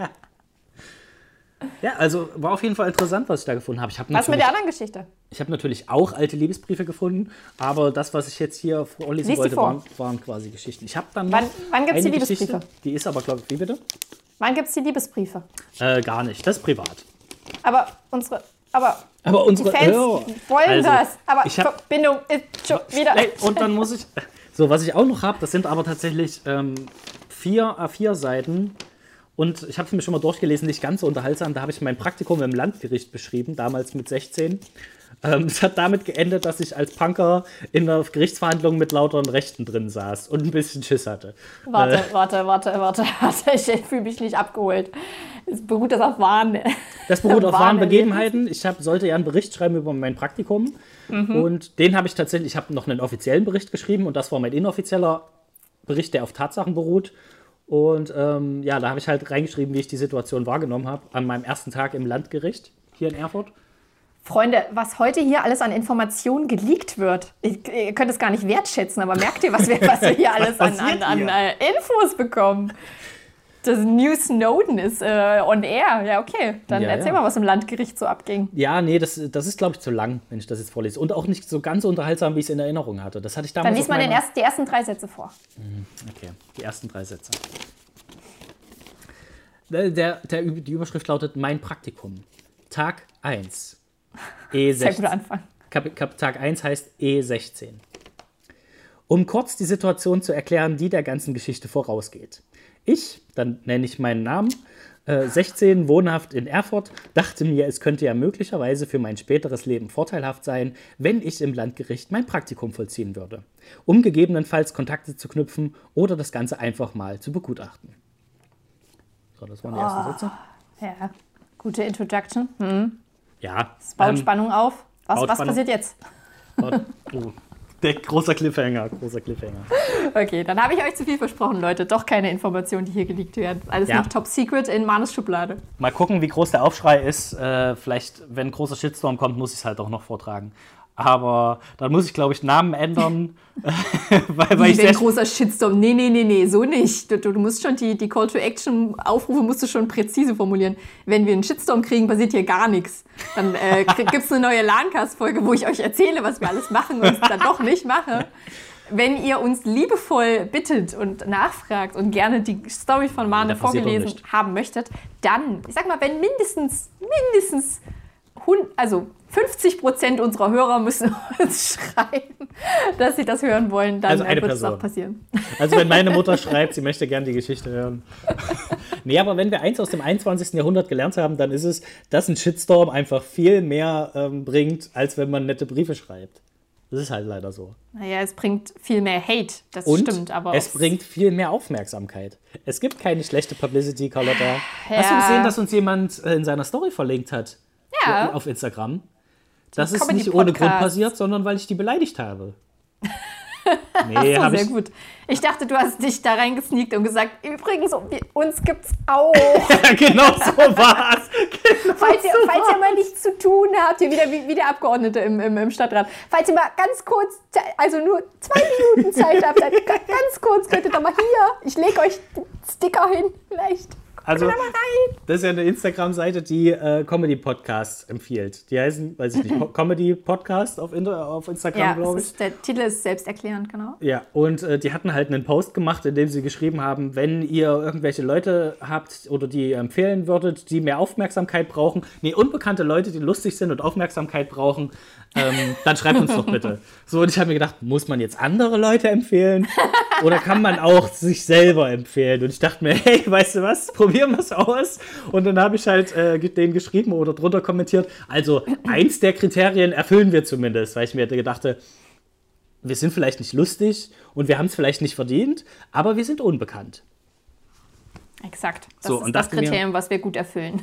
S1: Ja, also war auf jeden Fall interessant, was ich da gefunden habe. Ich hab
S2: was mit der anderen Geschichte?
S1: Ich habe natürlich auch alte Liebesbriefe gefunden, aber das, was ich jetzt hier vorlesen Lies wollte, waren, waren quasi Geschichten. Ich habe dann
S2: wann wann gibt es die Liebesbriefe?
S1: Geschichte, die ist aber, glaube ich, wie bitte?
S2: Wann gibt es die Liebesbriefe?
S1: Äh, gar nicht, das ist privat.
S2: Aber unsere, aber,
S1: aber unsere
S2: die Fans
S1: oh.
S2: wollen
S1: also,
S2: das. Aber
S1: ich hab,
S2: Verbindung ist schon wieder...
S1: Und dann muss ich... So, was ich auch noch habe, das sind aber tatsächlich ähm, vier A vier Seiten. Und ich habe es mir schon mal durchgelesen, nicht ganz so unterhaltsam. Da habe ich mein Praktikum im Landgericht beschrieben, damals mit sechzehn. Ähm, es hat damit geendet, dass ich als Punker in einer Gerichtsverhandlung mit lauteren Rechten drin saß und ein bisschen Schiss hatte.
S2: Warte,
S1: äh,
S2: warte, warte, warte, warte. Ich fühle mich nicht abgeholt. Es beruht das auf wahren.
S1: Das beruht auf wahren Begebenheiten. Ich hab, sollte ja einen Bericht schreiben über mein Praktikum. Mhm. Und den habe ich tatsächlich, ich habe noch einen offiziellen Bericht geschrieben und das war mein inoffizieller Bericht, der auf Tatsachen beruht. Und ähm, ja, da habe ich halt reingeschrieben, wie ich die Situation wahrgenommen habe an meinem ersten Tag im Landgericht hier in Erfurt.
S2: Freunde, was heute hier alles an Informationen geleakt wird, ich, ihr könnt es gar nicht wertschätzen, aber merkt ihr, was wir, was wir hier alles an, an, an äh, Infos bekommen? Das New Snowden ist äh, on air. Ja, okay. Dann ja, erzähl ja. mal, was im Landgericht so abging.
S1: Ja, nee, das, das ist, glaube ich, zu lang, wenn ich das jetzt vorlese. Und auch nicht so ganz unterhaltsam, wie ich es in Erinnerung hatte. Das hatte ich damals.
S2: Dann lies mal den erst, die ersten drei Sätze vor.
S1: Okay, die ersten drei Sätze. Der, der, der, die Überschrift lautet Mein Praktikum. Tag eins. E sechzehn.
S2: Sehr guter Anfang.
S1: Kap, Kap, Tag eins heißt E sechzehn. Um kurz die Situation zu erklären, die der ganzen Geschichte vorausgeht. Ich, dann nenne ich meinen Namen, äh, sechzehn, wohnhaft in Erfurt, dachte mir, es könnte ja möglicherweise für mein späteres Leben vorteilhaft sein, wenn ich im Landgericht mein Praktikum vollziehen würde, um gegebenenfalls Kontakte zu knüpfen oder das Ganze einfach mal zu begutachten. So, das waren die ersten
S2: oh,
S1: Sätze.
S2: Ja, gute Introduction. Hm.
S1: Ja.
S2: Es baut
S1: ähm,
S2: Spannung auf. Was,
S1: baut
S2: was
S1: Spannung.
S2: passiert jetzt?
S1: Oh, der großer Cliffhanger, großer Cliffhanger.
S2: Okay, dann habe ich euch zu viel versprochen, Leute. Doch keine Informationen, die hier geleakt werden. Alles ja. noch top secret in Manus Schublade.
S1: Mal gucken, wie groß der Aufschrei ist. Äh, vielleicht, wenn ein großer Shitstorm kommt, muss ich es halt auch noch vortragen. Aber dann muss ich, glaube ich, Namen ändern. weil, weil
S2: wie,
S1: ich
S2: wenn ein großer Shitstorm? Nee, nee, nee, nee, so nicht. Du, du musst schon die, die Call-to-Action-Aufrufe musst du schon präzise formulieren. Wenn wir einen Shitstorm kriegen, passiert hier gar nichts. Dann äh, gibt es eine neue LANcast-Folge, wo ich euch erzähle, was wir alles machen und es dann doch nicht mache. Wenn ihr uns liebevoll bittet und nachfragt und gerne die Story von Mane vorgelesen haben möchtet, dann, ich sag mal, wenn mindestens, mindestens, also fünfzig Prozent unserer Hörer müssen uns schreiben, dass sie das hören wollen, dann
S1: also
S2: wird es auch passieren.
S1: Also wenn meine Mutter schreibt, sie möchte gerne die Geschichte hören. Nee, aber wenn wir eins aus dem einundzwanzigsten Jahrhundert gelernt haben, dann ist es, dass ein Shitstorm einfach viel mehr ähm, bringt, als wenn man nette Briefe schreibt. Das ist halt leider so.
S2: Naja, es bringt viel mehr Hate, das
S1: Und
S2: stimmt. Aber
S1: es bringt viel mehr Aufmerksamkeit. Es gibt keine schlechte Publicity, Carlotta.
S2: Ja.
S1: Hast du gesehen, dass uns jemand in seiner Story verlinkt hat?
S2: Ja.
S1: Auf Instagram? Das ist nicht ohne Grund passiert, sondern weil ich die beleidigt habe.
S2: Nee, Ach so, sehr ich... gut. Ich dachte, du hast dich da reingesneakt und gesagt, übrigens, uns gibt's auch.
S1: Ja, genau so war's. Genau
S2: falls ihr,
S1: so
S2: falls
S1: war's.
S2: ihr mal nichts zu tun habt, hier wieder wie, wie der Abgeordnete im, im, im Stadtrat, falls ihr mal ganz kurz, also nur zwei Minuten Zeit habt, dann ganz kurz könnt ihr doch mal hier, ich lege euch den Sticker hin, vielleicht.
S1: Also, das ist ja eine Instagram-Seite, die äh, Comedy-Podcasts empfiehlt. Die heißen, weiß ich nicht, Comedy-Podcast auf, auf Instagram,
S2: ja,
S1: glaube ich.
S2: Ist, der Titel ist selbsterklärend, genau.
S1: Ja, und äh, die hatten halt einen Post gemacht, in dem sie geschrieben haben, wenn ihr irgendwelche Leute habt oder die ihr empfehlen würdet, die mehr Aufmerksamkeit brauchen, nee, unbekannte Leute, die lustig sind und Aufmerksamkeit brauchen, ähm, dann schreibt uns doch bitte. So, und ich habe mir gedacht, muss man jetzt andere Leute empfehlen? Oder kann man auch sich selber empfehlen? Und ich dachte mir, hey, weißt du was, probieren wir es aus. Und dann habe ich halt äh, denen geschrieben oder drunter kommentiert, also eins der Kriterien erfüllen wir zumindest, weil ich mir gedachte, wir sind vielleicht nicht lustig und wir haben es vielleicht nicht verdient, aber wir sind unbekannt.
S2: Exakt. Das
S1: so,
S2: ist
S1: und
S2: das Kriterium, was wir gut erfüllen.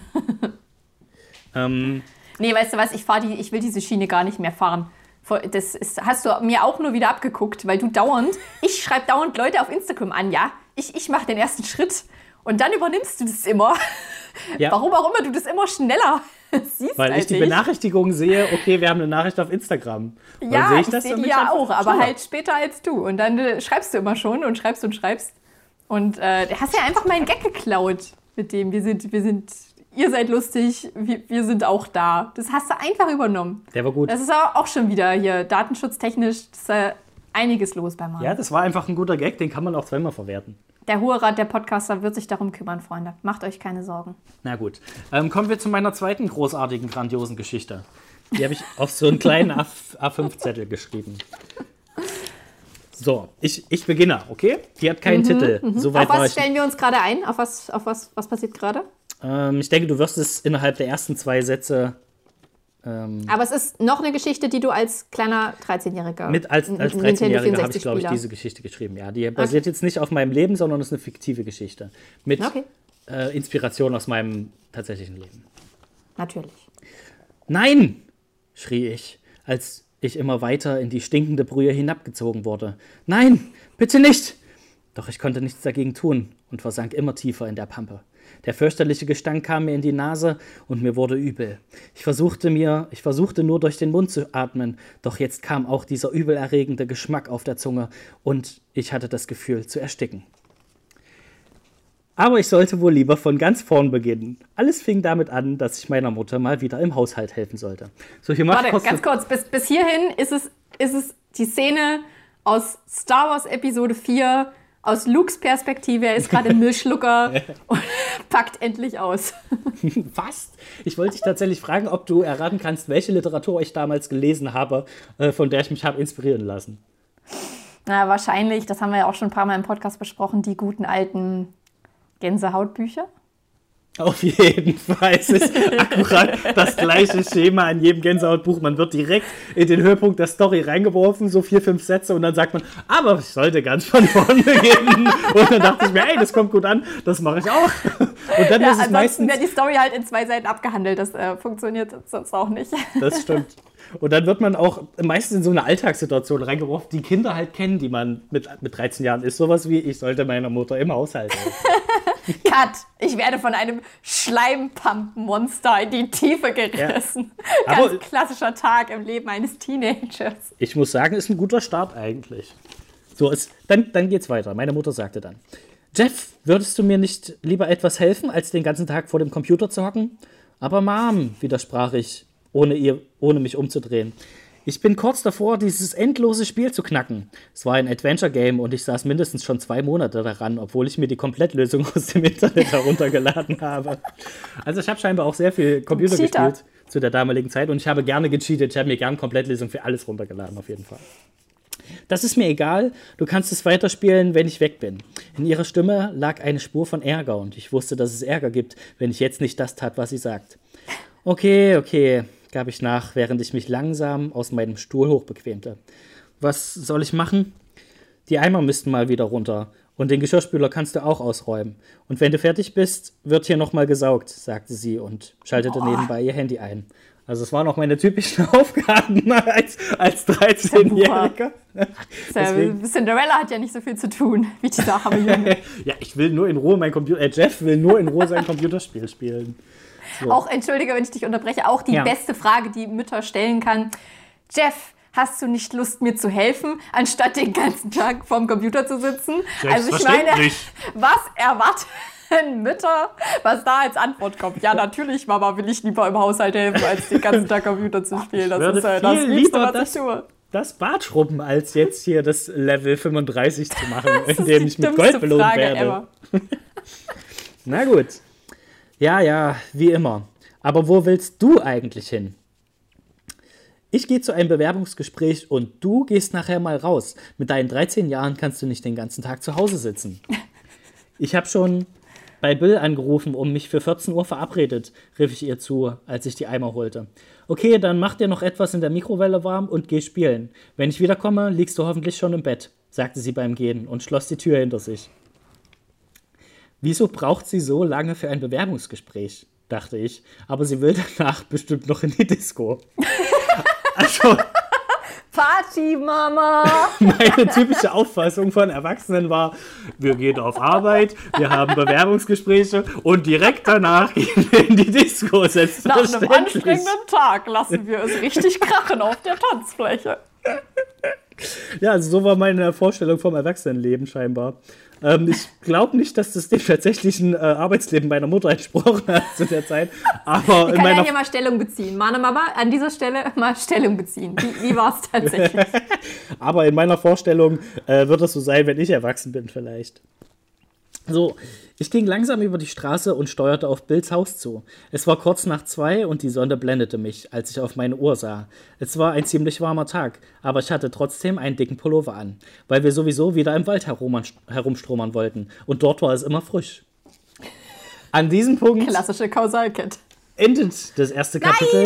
S1: ähm,
S2: nee, weißt du was, ich, fahr die, ich will diese Schiene gar nicht mehr fahren. Das ist, hast du mir auch nur wieder abgeguckt, weil du dauernd, ich schreibe dauernd Leute auf Instagram an, ja, ich, ich mache den ersten Schritt und dann übernimmst du das immer. Ja. Warum auch immer du das immer schneller siehst.
S1: Weil ich die Benachrichtigungen sehe, okay, wir haben eine Nachricht auf Instagram.
S2: Und ja, sehe ich, ich sehe die ja auch, aber schneller. Halt später als du. Und dann äh, schreibst du immer schon und schreibst und schreibst. Und äh, du hast ja einfach meinen Gag geklaut mit dem, wir sind, wir sind... Ihr seid lustig, wir, wir sind auch da. Das hast du einfach übernommen.
S1: Der war gut.
S2: Das ist auch schon wieder hier datenschutztechnisch ist, äh, einiges los bei Mann.
S1: Ja, das war einfach ein guter Gag, den kann man auch zweimal verwerten.
S2: Der Hohe Rat der Podcaster wird sich darum kümmern, Freunde. Macht euch keine Sorgen.
S1: Na gut. Ähm, kommen wir zu meiner zweiten großartigen, grandiosen Geschichte. Die habe ich auf so einen kleinen A fünf Zettel geschrieben. So, ich, ich beginne, okay? Die hat keinen mhm, Titel.
S2: Mhm.
S1: So weit
S2: auf was
S1: war ich
S2: stellen wir uns gerade ein? Auf was, auf was, was passiert gerade?
S1: Ähm, ich denke, du wirst es innerhalb der ersten zwei Sätze Ähm,
S2: Aber es ist noch eine Geschichte, die du als kleiner dreizehnjähriger
S1: mit als, als dreizehnjähriger habe ich, glaube ich, diese Geschichte geschrieben. Ja, die basiert okay. jetzt nicht auf meinem Leben, sondern ist eine fiktive Geschichte. Mit okay. äh, Inspiration aus meinem tatsächlichen Leben.
S2: Natürlich.
S1: Nein! Schrie ich, als ich immer weiter in die stinkende Brühe hinabgezogen wurde. Nein, bitte nicht! Doch ich konnte nichts dagegen tun und versank immer tiefer in der Pampe. Der fürchterliche Gestank kam mir in die Nase und mir wurde übel. Ich versuchte mir, ich versuchte nur durch den Mund zu atmen, doch jetzt kam auch dieser übelerregende Geschmack auf der Zunge und ich hatte das Gefühl zu ersticken. Aber ich sollte wohl lieber von ganz vorn beginnen. Alles fing damit an, dass ich meiner Mutter mal wieder im Haushalt helfen sollte. So, hier
S2: Warte, ganz kurz, bis, bis hierhin ist es, ist es die Szene aus Star Wars Episode vier, aus Lukes Perspektive. Er ist gerade im Müllschlucker und packt endlich aus.
S1: Fast. Ich wollte dich tatsächlich fragen, ob du erraten kannst, welche Literatur ich damals gelesen habe, von der ich mich habe inspirieren lassen.
S2: Na, wahrscheinlich, das haben wir ja auch schon ein paar Mal im Podcast besprochen, die guten alten Gänsehautbücher?
S1: Auf jeden Fall. Es ist akkurat das gleiche Schema in jedem Gänsehautbuch. Man wird direkt in den Höhepunkt der Story reingeworfen, so vier, fünf Sätze und dann sagt man, aber ich sollte ganz von vorne beginnen. Und dann dachte ich mir, ey, das kommt gut an, das mache ich auch. Und dann
S2: ja,
S1: ist es meistens
S2: wäre die Story halt in zwei Seiten abgehandelt. Das äh, funktioniert sonst auch nicht.
S1: Das stimmt. Und dann wird man auch meistens in so eine Alltagssituation reingeworfen, die Kinder halt kennen, die man mit, mit dreizehn Jahren ist. Sowas wie, ich sollte meiner Mutter im Haushalt helfen.
S2: Cut! Ich werde von einem Schleimpump-Monster in die Tiefe gerissen. Ja. Ganz klassischer Tag im Leben eines Teenagers.
S1: Ich muss sagen, ist ein guter Start eigentlich. So, es, dann, dann geht's weiter. Meine Mutter sagte dann, Jeff, würdest du mir nicht lieber etwas helfen, als den ganzen Tag vor dem Computer zu hocken? Aber Mom, widersprach ich, ohne, ihr, ohne mich umzudrehen. Ich bin kurz davor, dieses endlose Spiel zu knacken. Es war ein Adventure-Game und ich saß mindestens schon zwei Monate daran, obwohl ich mir die Komplettlösung aus dem Internet heruntergeladen habe. Also ich habe scheinbar auch sehr viel Computer
S2: Cheater.
S1: gespielt zu der damaligen Zeit und ich habe gerne gecheatet. Ich habe mir gerne Komplettlösung für alles runtergeladen, auf jeden Fall. Das ist mir egal, du kannst es weiterspielen, wenn ich weg bin. In ihrer Stimme lag eine Spur von Ärger und ich wusste, dass es Ärger gibt, wenn ich jetzt nicht das tat, was sie sagt. Okay, okay, gab ich nach, während ich mich langsam aus meinem Stuhl hochbequemte. Was soll ich machen? Die Eimer müssten mal wieder runter und den Geschirrspüler kannst du auch ausräumen. Und wenn du fertig bist, wird hier nochmal gesaugt, sagte sie und schaltete oh. nebenbei ihr Handy ein. Also es waren auch meine typischen Aufgaben als, als dreizehnjähriger.
S2: Cinderella hat ja nicht so viel zu tun, wie die Sache mit Junge.
S1: Ja, ich will nur in Ruhe mein Computer, äh, Jeff will nur in Ruhe sein Computerspiel spielen. So.
S2: Auch, entschuldige, wenn ich dich unterbreche, auch die ja. beste Frage, die Mütter stellen kann. Jeff, hast du nicht Lust, mir zu helfen, anstatt den ganzen Tag vorm Computer zu sitzen? Also ich meine, was erwarten Mütter, was da als Antwort kommt? Ja, natürlich, Mama, will ich lieber im Haushalt helfen, als den ganzen Tag Computer zu spielen. Das
S1: ich
S2: ist äh, das Liebste, was
S1: das,
S2: ich tue.
S1: Das Bad schrubben, als jetzt hier das Level fünfunddreißig zu machen, in dem ich mit Gold belohnt
S2: Frage
S1: werde.
S2: Ever.
S1: Na gut. Ja, ja, wie immer. Aber wo willst du eigentlich hin? Ich gehe zu einem Bewerbungsgespräch und du gehst nachher mal raus. Mit deinen dreizehn Jahren kannst du nicht den ganzen Tag zu Hause sitzen. Ich habe schon bei Bill angerufen, um mich für vierzehn Uhr verabredet, rief ich ihr zu, als ich die Eimer holte. Okay, dann mach dir noch etwas in der Mikrowelle warm und geh spielen. Wenn ich wiederkomme, liegst du hoffentlich schon im Bett, sagte sie beim Gehen und schloss die Tür hinter sich. Wieso braucht sie so lange für ein Bewerbungsgespräch, dachte ich. Aber sie will danach bestimmt noch in die Disco. Also,
S2: Party, Mama!
S1: Meine typische Auffassung von Erwachsenen war, wir gehen auf Arbeit, wir haben Bewerbungsgespräche und direkt danach gehen wir in die Disco.
S2: Nach einem anstrengenden Tag lassen wir es richtig krachen auf der Tanzfläche.
S1: Ja, also so war meine Vorstellung vom Erwachsenenleben scheinbar. Ähm, ich glaube nicht, dass das dem tatsächlichen äh, Arbeitsleben meiner Mutter entsprochen hat zu der Zeit. Aber
S2: ich
S1: in
S2: kann
S1: meiner
S2: ja hier mal Stellung beziehen. Meine Mama, an dieser Stelle mal Stellung beziehen. Wie, wie war es tatsächlich?
S1: Aber in meiner Vorstellung äh, wird es so sein, wenn ich erwachsen bin vielleicht. So, ich ging langsam über die Straße und steuerte auf Bills Haus zu. Es war kurz nach zwei und die Sonne blendete mich, als ich auf meine Uhr sah. Es war ein ziemlich warmer Tag, aber ich hatte trotzdem einen dicken Pullover an, weil wir sowieso wieder im Wald herum, herumstromern wollten und dort war es immer frisch. An diesem Punkt
S2: klassische Kausalkette.
S1: endet das erste Kapitel.
S2: Nein!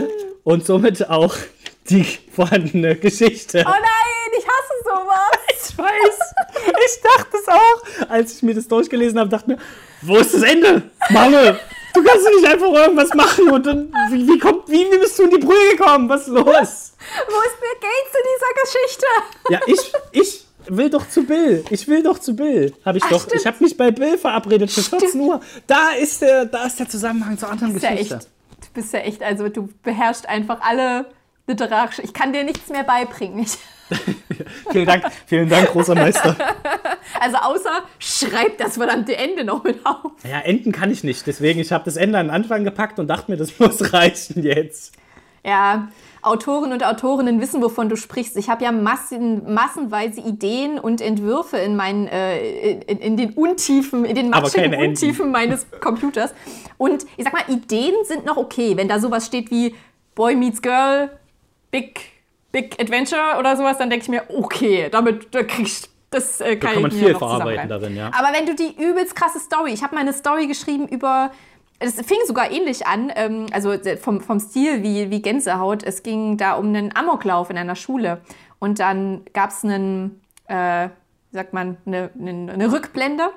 S1: und somit auch die vorhandene Geschichte.
S2: Oh nein, ich hasse sowas.
S1: Ich weiß. Ich dachte es auch, als ich mir das durchgelesen habe, dachte mir, wo ist das Ende? Manne, du kannst doch nicht einfach irgendwas machen und dann, wie, wie, kommt, wie, wie bist du in die Brühe gekommen? Was ist los?
S2: Wo ist Bill Gates in dieser Geschichte?
S1: Ja, ich, ich will doch zu Bill. Ich will doch zu Bill. Hab ich
S2: Ach,
S1: doch.
S2: stimmt.
S1: Ich habe mich bei Bill verabredet für vierzehn Uhr. Da ist der, da ist der Zusammenhang zur anderen
S2: Du bist ja
S1: Geschichte.
S2: echt, du bist ja echt, also du beherrschst einfach alle literarische, ich kann dir nichts mehr beibringen. Ich,
S1: Vielen Dank, vielen Dank, großer Meister.
S2: also außer, schreib das verdammte Ende noch mit auf.
S1: Ja, enden kann ich nicht. Deswegen, ich habe das Ende an den Anfang gepackt und dachte mir, das muss reichen jetzt.
S2: Ja, Autoren und Autorinnen wissen, wovon du sprichst. Ich habe ja massen, massenweise Ideen und Entwürfe in, meinen, äh, in, in den Untiefen, in den matschigen Untiefen meines Computers. Und ich sag mal, Ideen sind noch okay, wenn da sowas steht wie Boy meets Girl, Big, Big Adventure oder sowas, dann denke ich mir, okay, damit da krieg ich, das äh, kann,
S1: da kann man
S2: ich
S1: viel
S2: mir noch
S1: verarbeiten darin, ja.
S2: Aber wenn du die übelst krasse Story, ich habe mal eine Story geschrieben über, es fing sogar ähnlich an, ähm, also vom, vom Stil wie, wie Gänsehaut. Es ging da um einen Amoklauf in einer Schule. Und dann gab es einen, äh, wie sagt man, eine, eine, eine Rückblende.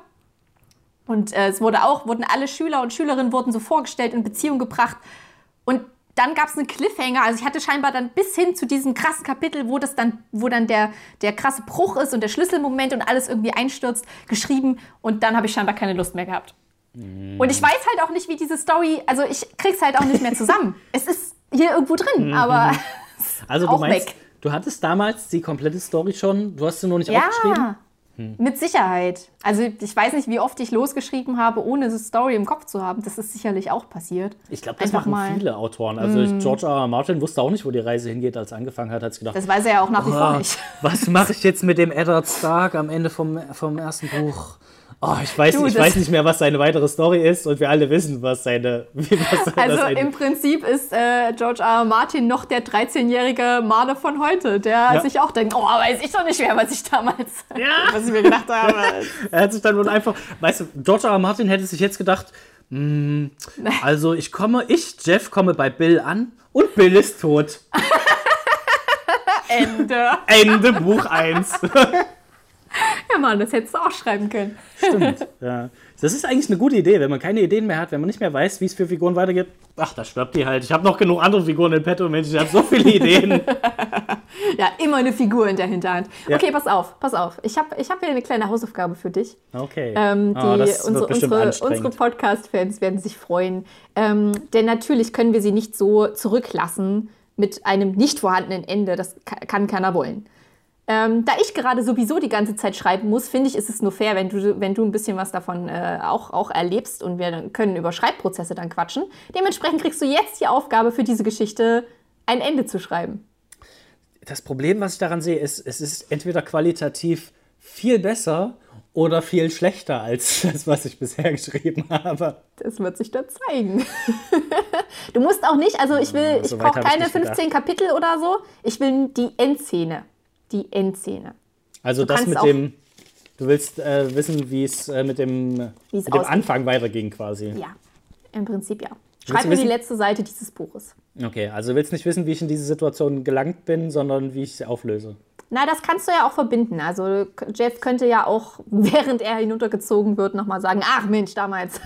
S2: Und äh, es wurde auch, wurden alle Schüler und Schülerinnen wurden so vorgestellt, in Beziehung gebracht. Und dann gab es einen Cliffhanger, also ich hatte scheinbar dann bis hin zu diesem krassen Kapitel, wo das dann, wo dann der, der krasse Bruch ist und der Schlüsselmoment und alles irgendwie einstürzt, geschrieben. Und dann habe ich scheinbar keine Lust mehr gehabt. Mm. Und ich weiß halt auch nicht, wie diese Story, also ich krieg's halt auch nicht mehr zusammen. Es ist hier irgendwo drin, aber
S1: also du
S2: auch
S1: meinst,
S2: weg.
S1: Du hattest damals die komplette Story schon, du hast sie nur nicht
S2: Ja,
S1: aufgeschrieben?
S2: mit Sicherheit. Also ich weiß nicht, wie oft ich losgeschrieben habe, ohne eine Story im Kopf zu haben. Das ist sicherlich auch passiert.
S1: Ich glaube, das
S2: Einfach
S1: machen
S2: mal.
S1: viele Autoren. Also
S2: Mm.
S1: George R. R. Martin wusste auch nicht, wo die Reise hingeht, als er angefangen hat. Hat sich gedacht,
S2: Das weiß er ja auch nach wie vor
S1: oh,
S2: nicht.
S1: was mache ich jetzt mit dem Eddard Stark am Ende vom, vom ersten Buch? Oh, ich weiß,
S2: Du,
S1: ich
S2: das-
S1: weiß nicht mehr, was seine weitere Story ist und wir alle wissen, was seine... Wie, was
S2: Also
S1: das eine,
S2: im Prinzip ist äh, George R. R. Martin noch der dreizehnjährige Marder von heute, der
S1: Ja.
S2: sich auch denkt, oh, weiß ich doch nicht mehr, was ich damals,
S1: Ja.
S2: was ich mir gedacht habe.
S1: Er hat sich dann wohl einfach... Weißt du, George R. R. Martin hätte sich jetzt gedacht, hm, also ich komme, ich, Jeff, komme bei Bill an und Bill ist tot.
S2: Ende.
S1: Ende Buch eins.
S2: Ja, Mann, das hättest du auch schreiben können.
S1: Stimmt, ja. Das ist eigentlich eine gute Idee, wenn man keine Ideen mehr hat, wenn man nicht mehr weiß, wie es für Figuren weitergeht. Ach, da stirbt die halt. Ich habe noch genug andere Figuren in petto, Mensch, ich habe so viele Ideen.
S2: Ja, immer eine Figur in der Hinterhand.
S1: Ja.
S2: Okay, pass auf, pass auf. Ich habe ich hab hier eine kleine Hausaufgabe für dich.
S1: Okay.
S2: Ähm, die,
S1: oh, das
S2: unsere
S1: wird bestimmt
S2: unsere,
S1: anstrengend.
S2: unsere Podcast-Fans werden sich freuen. Ähm, denn natürlich können wir sie nicht so zurücklassen mit einem nicht vorhandenen Ende. Das ka- kann keiner wollen. Ähm, da ich gerade sowieso die ganze Zeit schreiben muss, finde ich, ist es nur fair, wenn du, wenn du ein bisschen was davon äh, auch, auch erlebst und wir dann können über Schreibprozesse dann quatschen. Dementsprechend kriegst du jetzt die Aufgabe für diese Geschichte, ein Ende zu schreiben.
S1: Das Problem, was ich daran sehe, ist, es ist entweder qualitativ viel besser oder viel schlechter als das, was ich bisher geschrieben habe.
S2: Das wird sich dann zeigen. Du musst auch nicht, also ich will,
S1: Ja, so
S2: ich
S1: weit
S2: brauche
S1: hab ich
S2: keine
S1: nicht gedacht.
S2: fünfzehn Kapitel oder so. Ich will die Endszene. Die Endszene.
S1: Also
S2: Du
S1: das
S2: kannst
S1: mit
S2: auch-
S1: dem, du willst äh, wissen, wie es äh, mit dem,
S2: Wie es
S1: mit dem
S2: ausgeht.
S1: Anfang weiterging quasi.
S2: Ja, im Prinzip ja.
S1: Willst
S2: Schreib
S1: du
S2: mir die
S1: wissen-
S2: letzte Seite dieses Buches.
S1: Okay, also du willst nicht wissen, wie ich in diese Situation gelangt bin, sondern wie ich sie auflöse.
S2: Na, das kannst du ja auch verbinden. Also Jeff könnte ja auch, während er hinuntergezogen wird, nochmal sagen, ach Mensch, damals.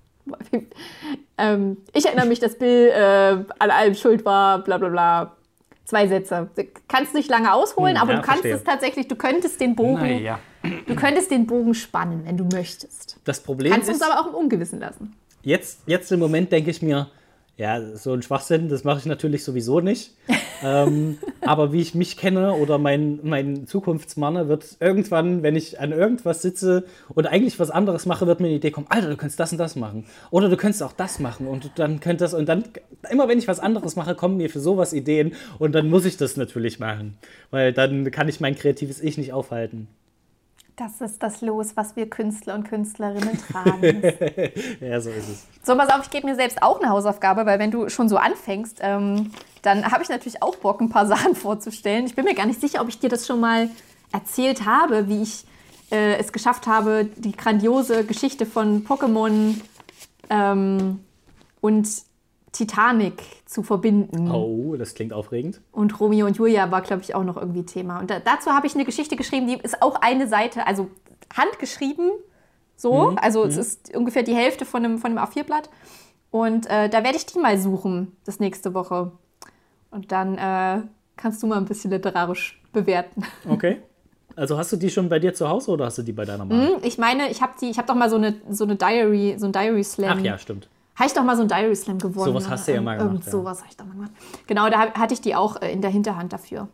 S2: ähm, ich erinnere mich, dass Bill äh, an allem schuld war, bla bla bla. Zwei Sätze. Du kannst nicht lange ausholen,
S1: Hm,
S2: aber
S1: ja,
S2: du kannst
S1: verstehe.
S2: es tatsächlich, du könntest den Bogen,
S1: Naja.
S2: du könntest den Bogen spannen, wenn du möchtest.
S1: Das Problem
S2: Kannst uns
S1: ist,
S2: aber auch im Ungewissen lassen.
S1: jetzt, jetzt im Moment denke ich mir, ja, so ein Schwachsinn, das mache ich natürlich sowieso nicht. ähm, aber wie ich mich kenne oder mein, mein Zukunftsmann wird irgendwann, wenn ich an irgendwas sitze und eigentlich was anderes mache, wird mir eine Idee kommen, Alter, du könntest das und das machen. Oder du könntest auch das machen und dann könnt das und dann, immer wenn ich was anderes mache, kommen mir für sowas Ideen und dann muss ich das natürlich machen. Weil dann kann ich mein kreatives Ich nicht aufhalten.
S2: Das ist das Los, was wir Künstler und Künstlerinnen tragen.
S1: Ja, so ist es.
S2: So, pass auf, ich gebe mir selbst auch eine Hausaufgabe, weil wenn du schon so anfängst, ähm, dann habe ich natürlich auch Bock, ein paar Sachen vorzustellen. Ich bin mir gar nicht sicher, ob ich dir das schon mal erzählt habe, wie ich äh, es geschafft habe, die grandiose Geschichte von Pokémon ähm, und Titanic zu verbinden.
S1: Oh, das klingt aufregend.
S2: Und Romeo und Julia war, glaube ich, auch noch irgendwie Thema. Und da, dazu habe ich eine Geschichte geschrieben, die ist auch eine Seite, also handgeschrieben, so. Mhm. Also mhm. es ist ungefähr die Hälfte von einem, von einem A vier Blatt. Und äh, da werde ich die mal suchen, das nächste Woche. Und dann äh, kannst du mal ein bisschen literarisch bewerten.
S1: Okay. Also hast du die schon bei dir zu Hause oder hast du die bei deiner Mama?
S2: Mm, ich meine, ich habe die, ich habe doch mal so eine, so eine Diary, so ein Diary Slam.
S1: Ach ja, stimmt.
S2: Habe ich doch mal so ein Diary Slam gewonnen.
S1: Sowas hast du ja mal gemacht.
S2: Irgend sowas habe ich doch mal gemacht. Genau, da hatte ich die auch in der Hinterhand dafür.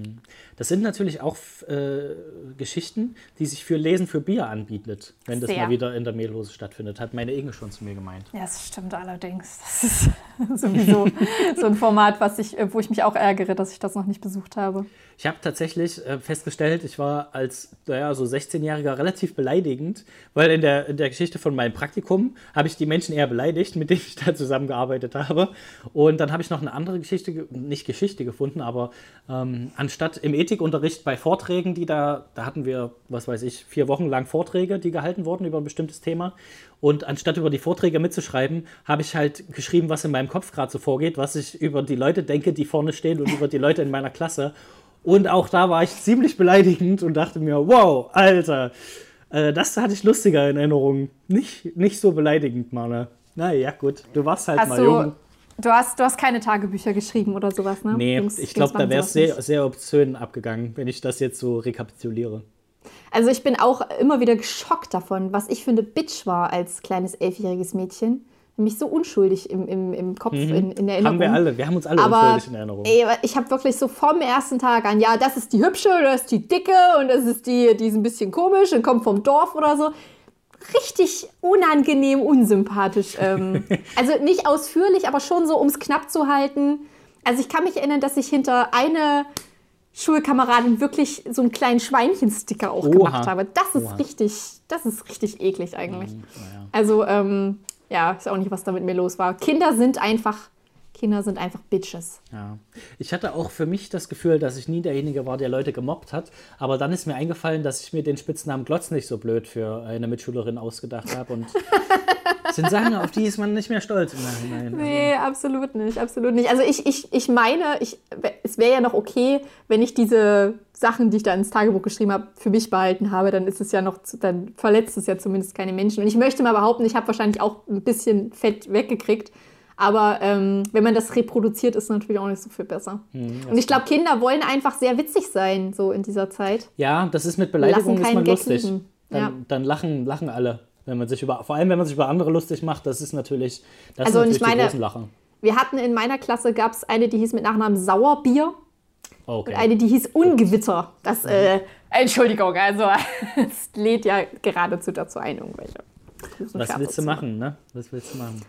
S1: Das sind natürlich auch äh, Geschichten, die sich für Lesen für Bier anbietet, wenn das Sehr. mal wieder in der Mehlhose stattfindet, hat meine Inge schon zu mir gemeint.
S2: Ja, das stimmt allerdings. Das ist sowieso so ein Format, was ich, wo ich mich auch ärgere, dass ich das noch nicht besucht habe.
S1: Ich habe tatsächlich äh, festgestellt, ich war als naja, so sechzehnjähriger relativ beleidigend, weil in der, in der Geschichte von meinem Praktikum habe ich die Menschen eher beleidigt, mit denen ich da zusammengearbeitet habe. Und dann habe ich noch eine andere Geschichte, nicht Geschichte gefunden, aber ähm, anstatt im Ethikunterricht bei Vorträgen, die da, da hatten wir, was weiß ich, vier Wochen lang Vorträge, die gehalten wurden über ein bestimmtes Thema. Und anstatt über die Vorträge mitzuschreiben, habe ich halt geschrieben, was in meinem Kopf gerade so vorgeht, was ich über die Leute denke, die vorne stehen und über die Leute in meiner Klasse. Und auch da war ich ziemlich beleidigend und dachte mir, wow, Alter, äh, das hatte ich lustiger in Erinnerung. Nicht, nicht so beleidigend, Mann. Naja, gut, du warst halt
S2: hast
S1: mal
S2: du,
S1: jung.
S2: Du hast, du hast keine Tagebücher geschrieben oder sowas, ne?
S1: Nee,
S2: Ging's,
S1: ich glaube, da wäre es sehr, sehr obszön abgegangen, wenn ich das jetzt so rekapituliere.
S2: Also ich bin auch immer wieder geschockt davon, was ich für eine Bitch war als kleines elfjähriges Mädchen. Nämlich so unschuldig im, im, im Kopf, mhm. in, in Erinnerung.
S1: Haben wir alle, wir haben uns alle
S2: Aber,
S1: unschuldig in Erinnerung.
S2: Ey, ich habe wirklich so vom ersten Tag an, ja, das ist die Hübsche, das ist die Dicke und das ist die, die ist ein bisschen komisch und kommt vom Dorf oder so. Richtig unangenehm, unsympathisch. Ähm, also nicht ausführlich, aber schon so, um es knapp zu halten. Also ich kann mich erinnern, dass ich hinter eine Schulkameradin wirklich so einen kleinen Schweinchensticker auch Oha. gemacht habe. Das ist Oha. richtig, das ist richtig eklig eigentlich. Mhm, ja. Also, ähm, ja, ich weiß auch nicht, was da mit mir los war. Kinder sind einfach, Kinder sind einfach Bitches.
S1: Ja. Ich hatte auch für mich das Gefühl, dass ich nie derjenige war, der Leute gemobbt hat. Aber dann ist mir eingefallen, dass ich mir den Spitznamen Glotz nicht so blöd für eine Mitschülerin ausgedacht habe. Und das sind Sachen, auf die ist man nicht mehr stolz im Nachhinein.
S2: Nee, absolut nicht, absolut nicht. Also ich, ich, ich meine, ich, es wäre ja noch okay, wenn ich diese Sachen, die ich da ins Tagebuch geschrieben habe, für mich behalten habe, dann ist es ja noch, dann verletzt es ja zumindest keine Menschen. Und ich möchte mal behaupten, ich habe wahrscheinlich auch ein bisschen Fett weggekriegt. Aber ähm, wenn man das reproduziert, ist es natürlich auch nicht so viel besser. Hm, und ich glaube, Kinder wollen einfach sehr witzig sein, so in dieser Zeit.
S1: Ja, das ist mit Beleidigungen ist man
S2: Gag
S1: lustig.
S2: Liegen.
S1: Dann,
S2: ja.
S1: dann lachen, lachen alle. Wenn man sich über, vor allem, wenn man sich über andere lustig macht, das ist natürlich, das
S2: also,
S1: sind natürlich
S2: ich meine,
S1: die großen Lacher.
S2: Wir hatten in meiner Klasse, gab es eine, die hieß mit Nachnamen Sauerbier.
S1: Okay.
S2: Und eine, die hieß Ungewitter. Das, äh, Entschuldigung, also es lädt ja geradezu dazu ein, irgendwelche.
S1: Was willst du machen, ne? Was willst du machen?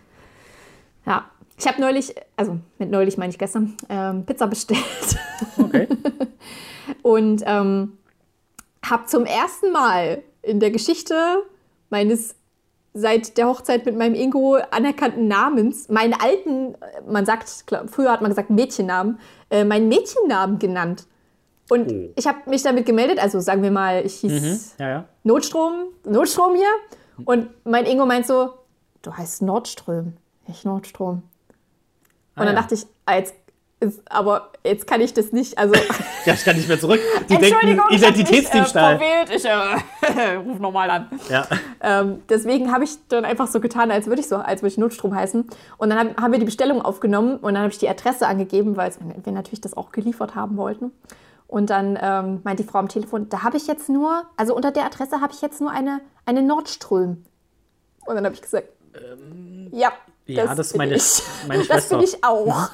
S2: Ja, ich habe neulich, also mit neulich meine ich gestern, ähm, Pizza bestellt.
S1: Okay.
S2: Und ähm, habe zum ersten Mal in der Geschichte meines seit der Hochzeit mit meinem Ingo anerkannten Namens, meinen alten, man sagt, früher hat man gesagt Mädchennamen, äh, meinen Mädchennamen genannt. Und oh. ich habe mich damit gemeldet, also sagen wir mal, ich hieß
S1: mhm. ja, ja.
S2: Notstrom, Notstrom hier. Und mein Ingo meint so, du heißt Nordström, nicht Nordstrom. Und ah, dann ja. dachte ich, jetzt, aber jetzt kann ich das nicht, also...
S1: ja, ich kann nicht mehr zurück. Die
S2: Entschuldigung,
S1: denken, Identitätsdiebstahl.
S2: Ich, äh, ich äh, ruf nochmal an.
S1: Ja.
S2: Ähm, deswegen habe ich dann einfach so getan, als würde ich so, als würde ich Notstrom heißen. Und dann hab, haben wir die Bestellung aufgenommen und dann habe ich die Adresse angegeben, weil wir natürlich das auch geliefert haben wollten. Und dann ähm, meint die Frau am Telefon, da habe ich jetzt nur, also unter der Adresse habe ich jetzt nur eine, eine Nordström. Und dann habe ich gesagt, ähm, ja, das,
S1: ja, das ist meine,
S2: ich.
S1: meine Schwester.
S2: Das bin ich auch.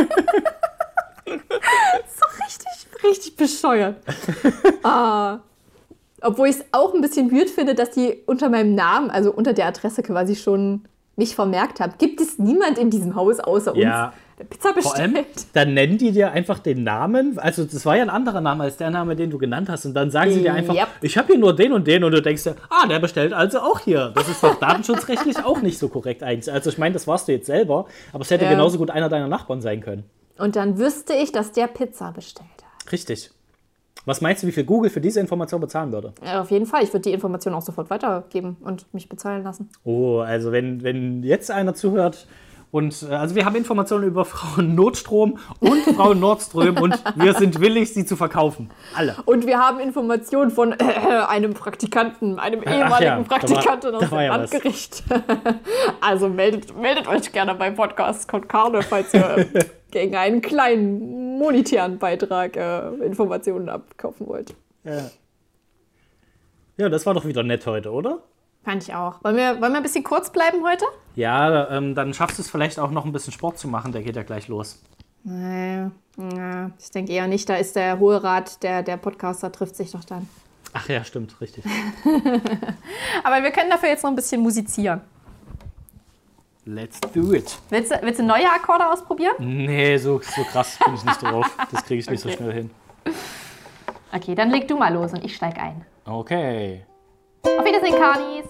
S2: So richtig, richtig bescheuert. ah. Obwohl ich es auch ein bisschen weird finde, dass die unter meinem Namen, also unter der Adresse quasi schon mich vermerkt haben. Gibt es niemand in diesem Haus außer uns,
S1: ja.
S2: der Pizza bestellt?
S1: Vor allem, dann nennen die dir einfach den Namen. Also das war ja ein anderer Name als der Name, den du genannt hast. Und dann sagen sie dir einfach, yep. ich habe hier nur den und den. Und du denkst dir, ah, der bestellt also auch hier. Das ist doch datenschutzrechtlich auch nicht so korrekt eigentlich. Also ich meine, das warst du jetzt selber. Aber es hätte ja. genauso gut einer deiner Nachbarn sein können.
S2: Und dann wüsste ich, dass der Pizza bestellt hat.
S1: Richtig. Was meinst du, wie viel Google für diese Information bezahlen würde?
S2: Ja, auf jeden Fall. Ich würde die Information auch sofort weitergeben und mich bezahlen lassen.
S1: Oh, also wenn, wenn jetzt einer zuhört Und äh, also wir haben Informationen über Frauen Notstrom und Frauen Nordström und wir sind willig, sie zu verkaufen. Alle.
S2: Und wir haben Informationen von äh, einem Praktikanten, einem ehemaligen
S1: ja,
S2: Praktikanten
S1: da war,
S2: aus
S1: da
S2: dem
S1: ja
S2: Landgericht. Also meldet, meldet euch gerne beim Podcast Konkarne, falls ihr gegen einen kleinen monetären Beitrag äh, Informationen abkaufen wollt.
S1: Ja. Ja, das war doch wieder nett heute, oder?
S2: Fand ich auch. Wollen wir, wollen wir ein bisschen kurz bleiben heute?
S1: Ja, ähm, dann schaffst du es vielleicht auch noch ein bisschen Sport zu machen. Der geht ja gleich los.
S2: Nee, ja, ich denke eher nicht. Da ist der Hohe Rat, der, der Podcaster trifft sich doch dann.
S1: Ach ja, stimmt, richtig.
S2: Aber wir können dafür jetzt noch ein bisschen musizieren.
S1: Let's do it.
S2: Willst du, willst du neue Akkorde ausprobieren?
S1: Nee, so, so krass bin ich nicht drauf. Das kriege ich nicht okay. so schnell hin.
S2: Okay, dann leg du mal los und ich steig ein.
S1: Okay.
S2: Auf Wiedersehen, Karnis.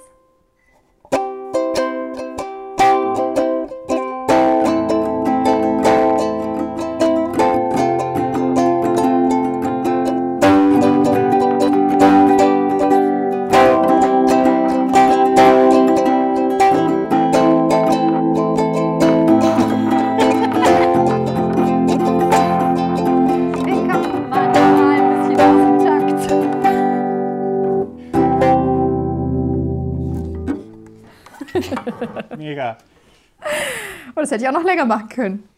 S1: Mega.
S2: Und das hätte ich auch noch länger machen können.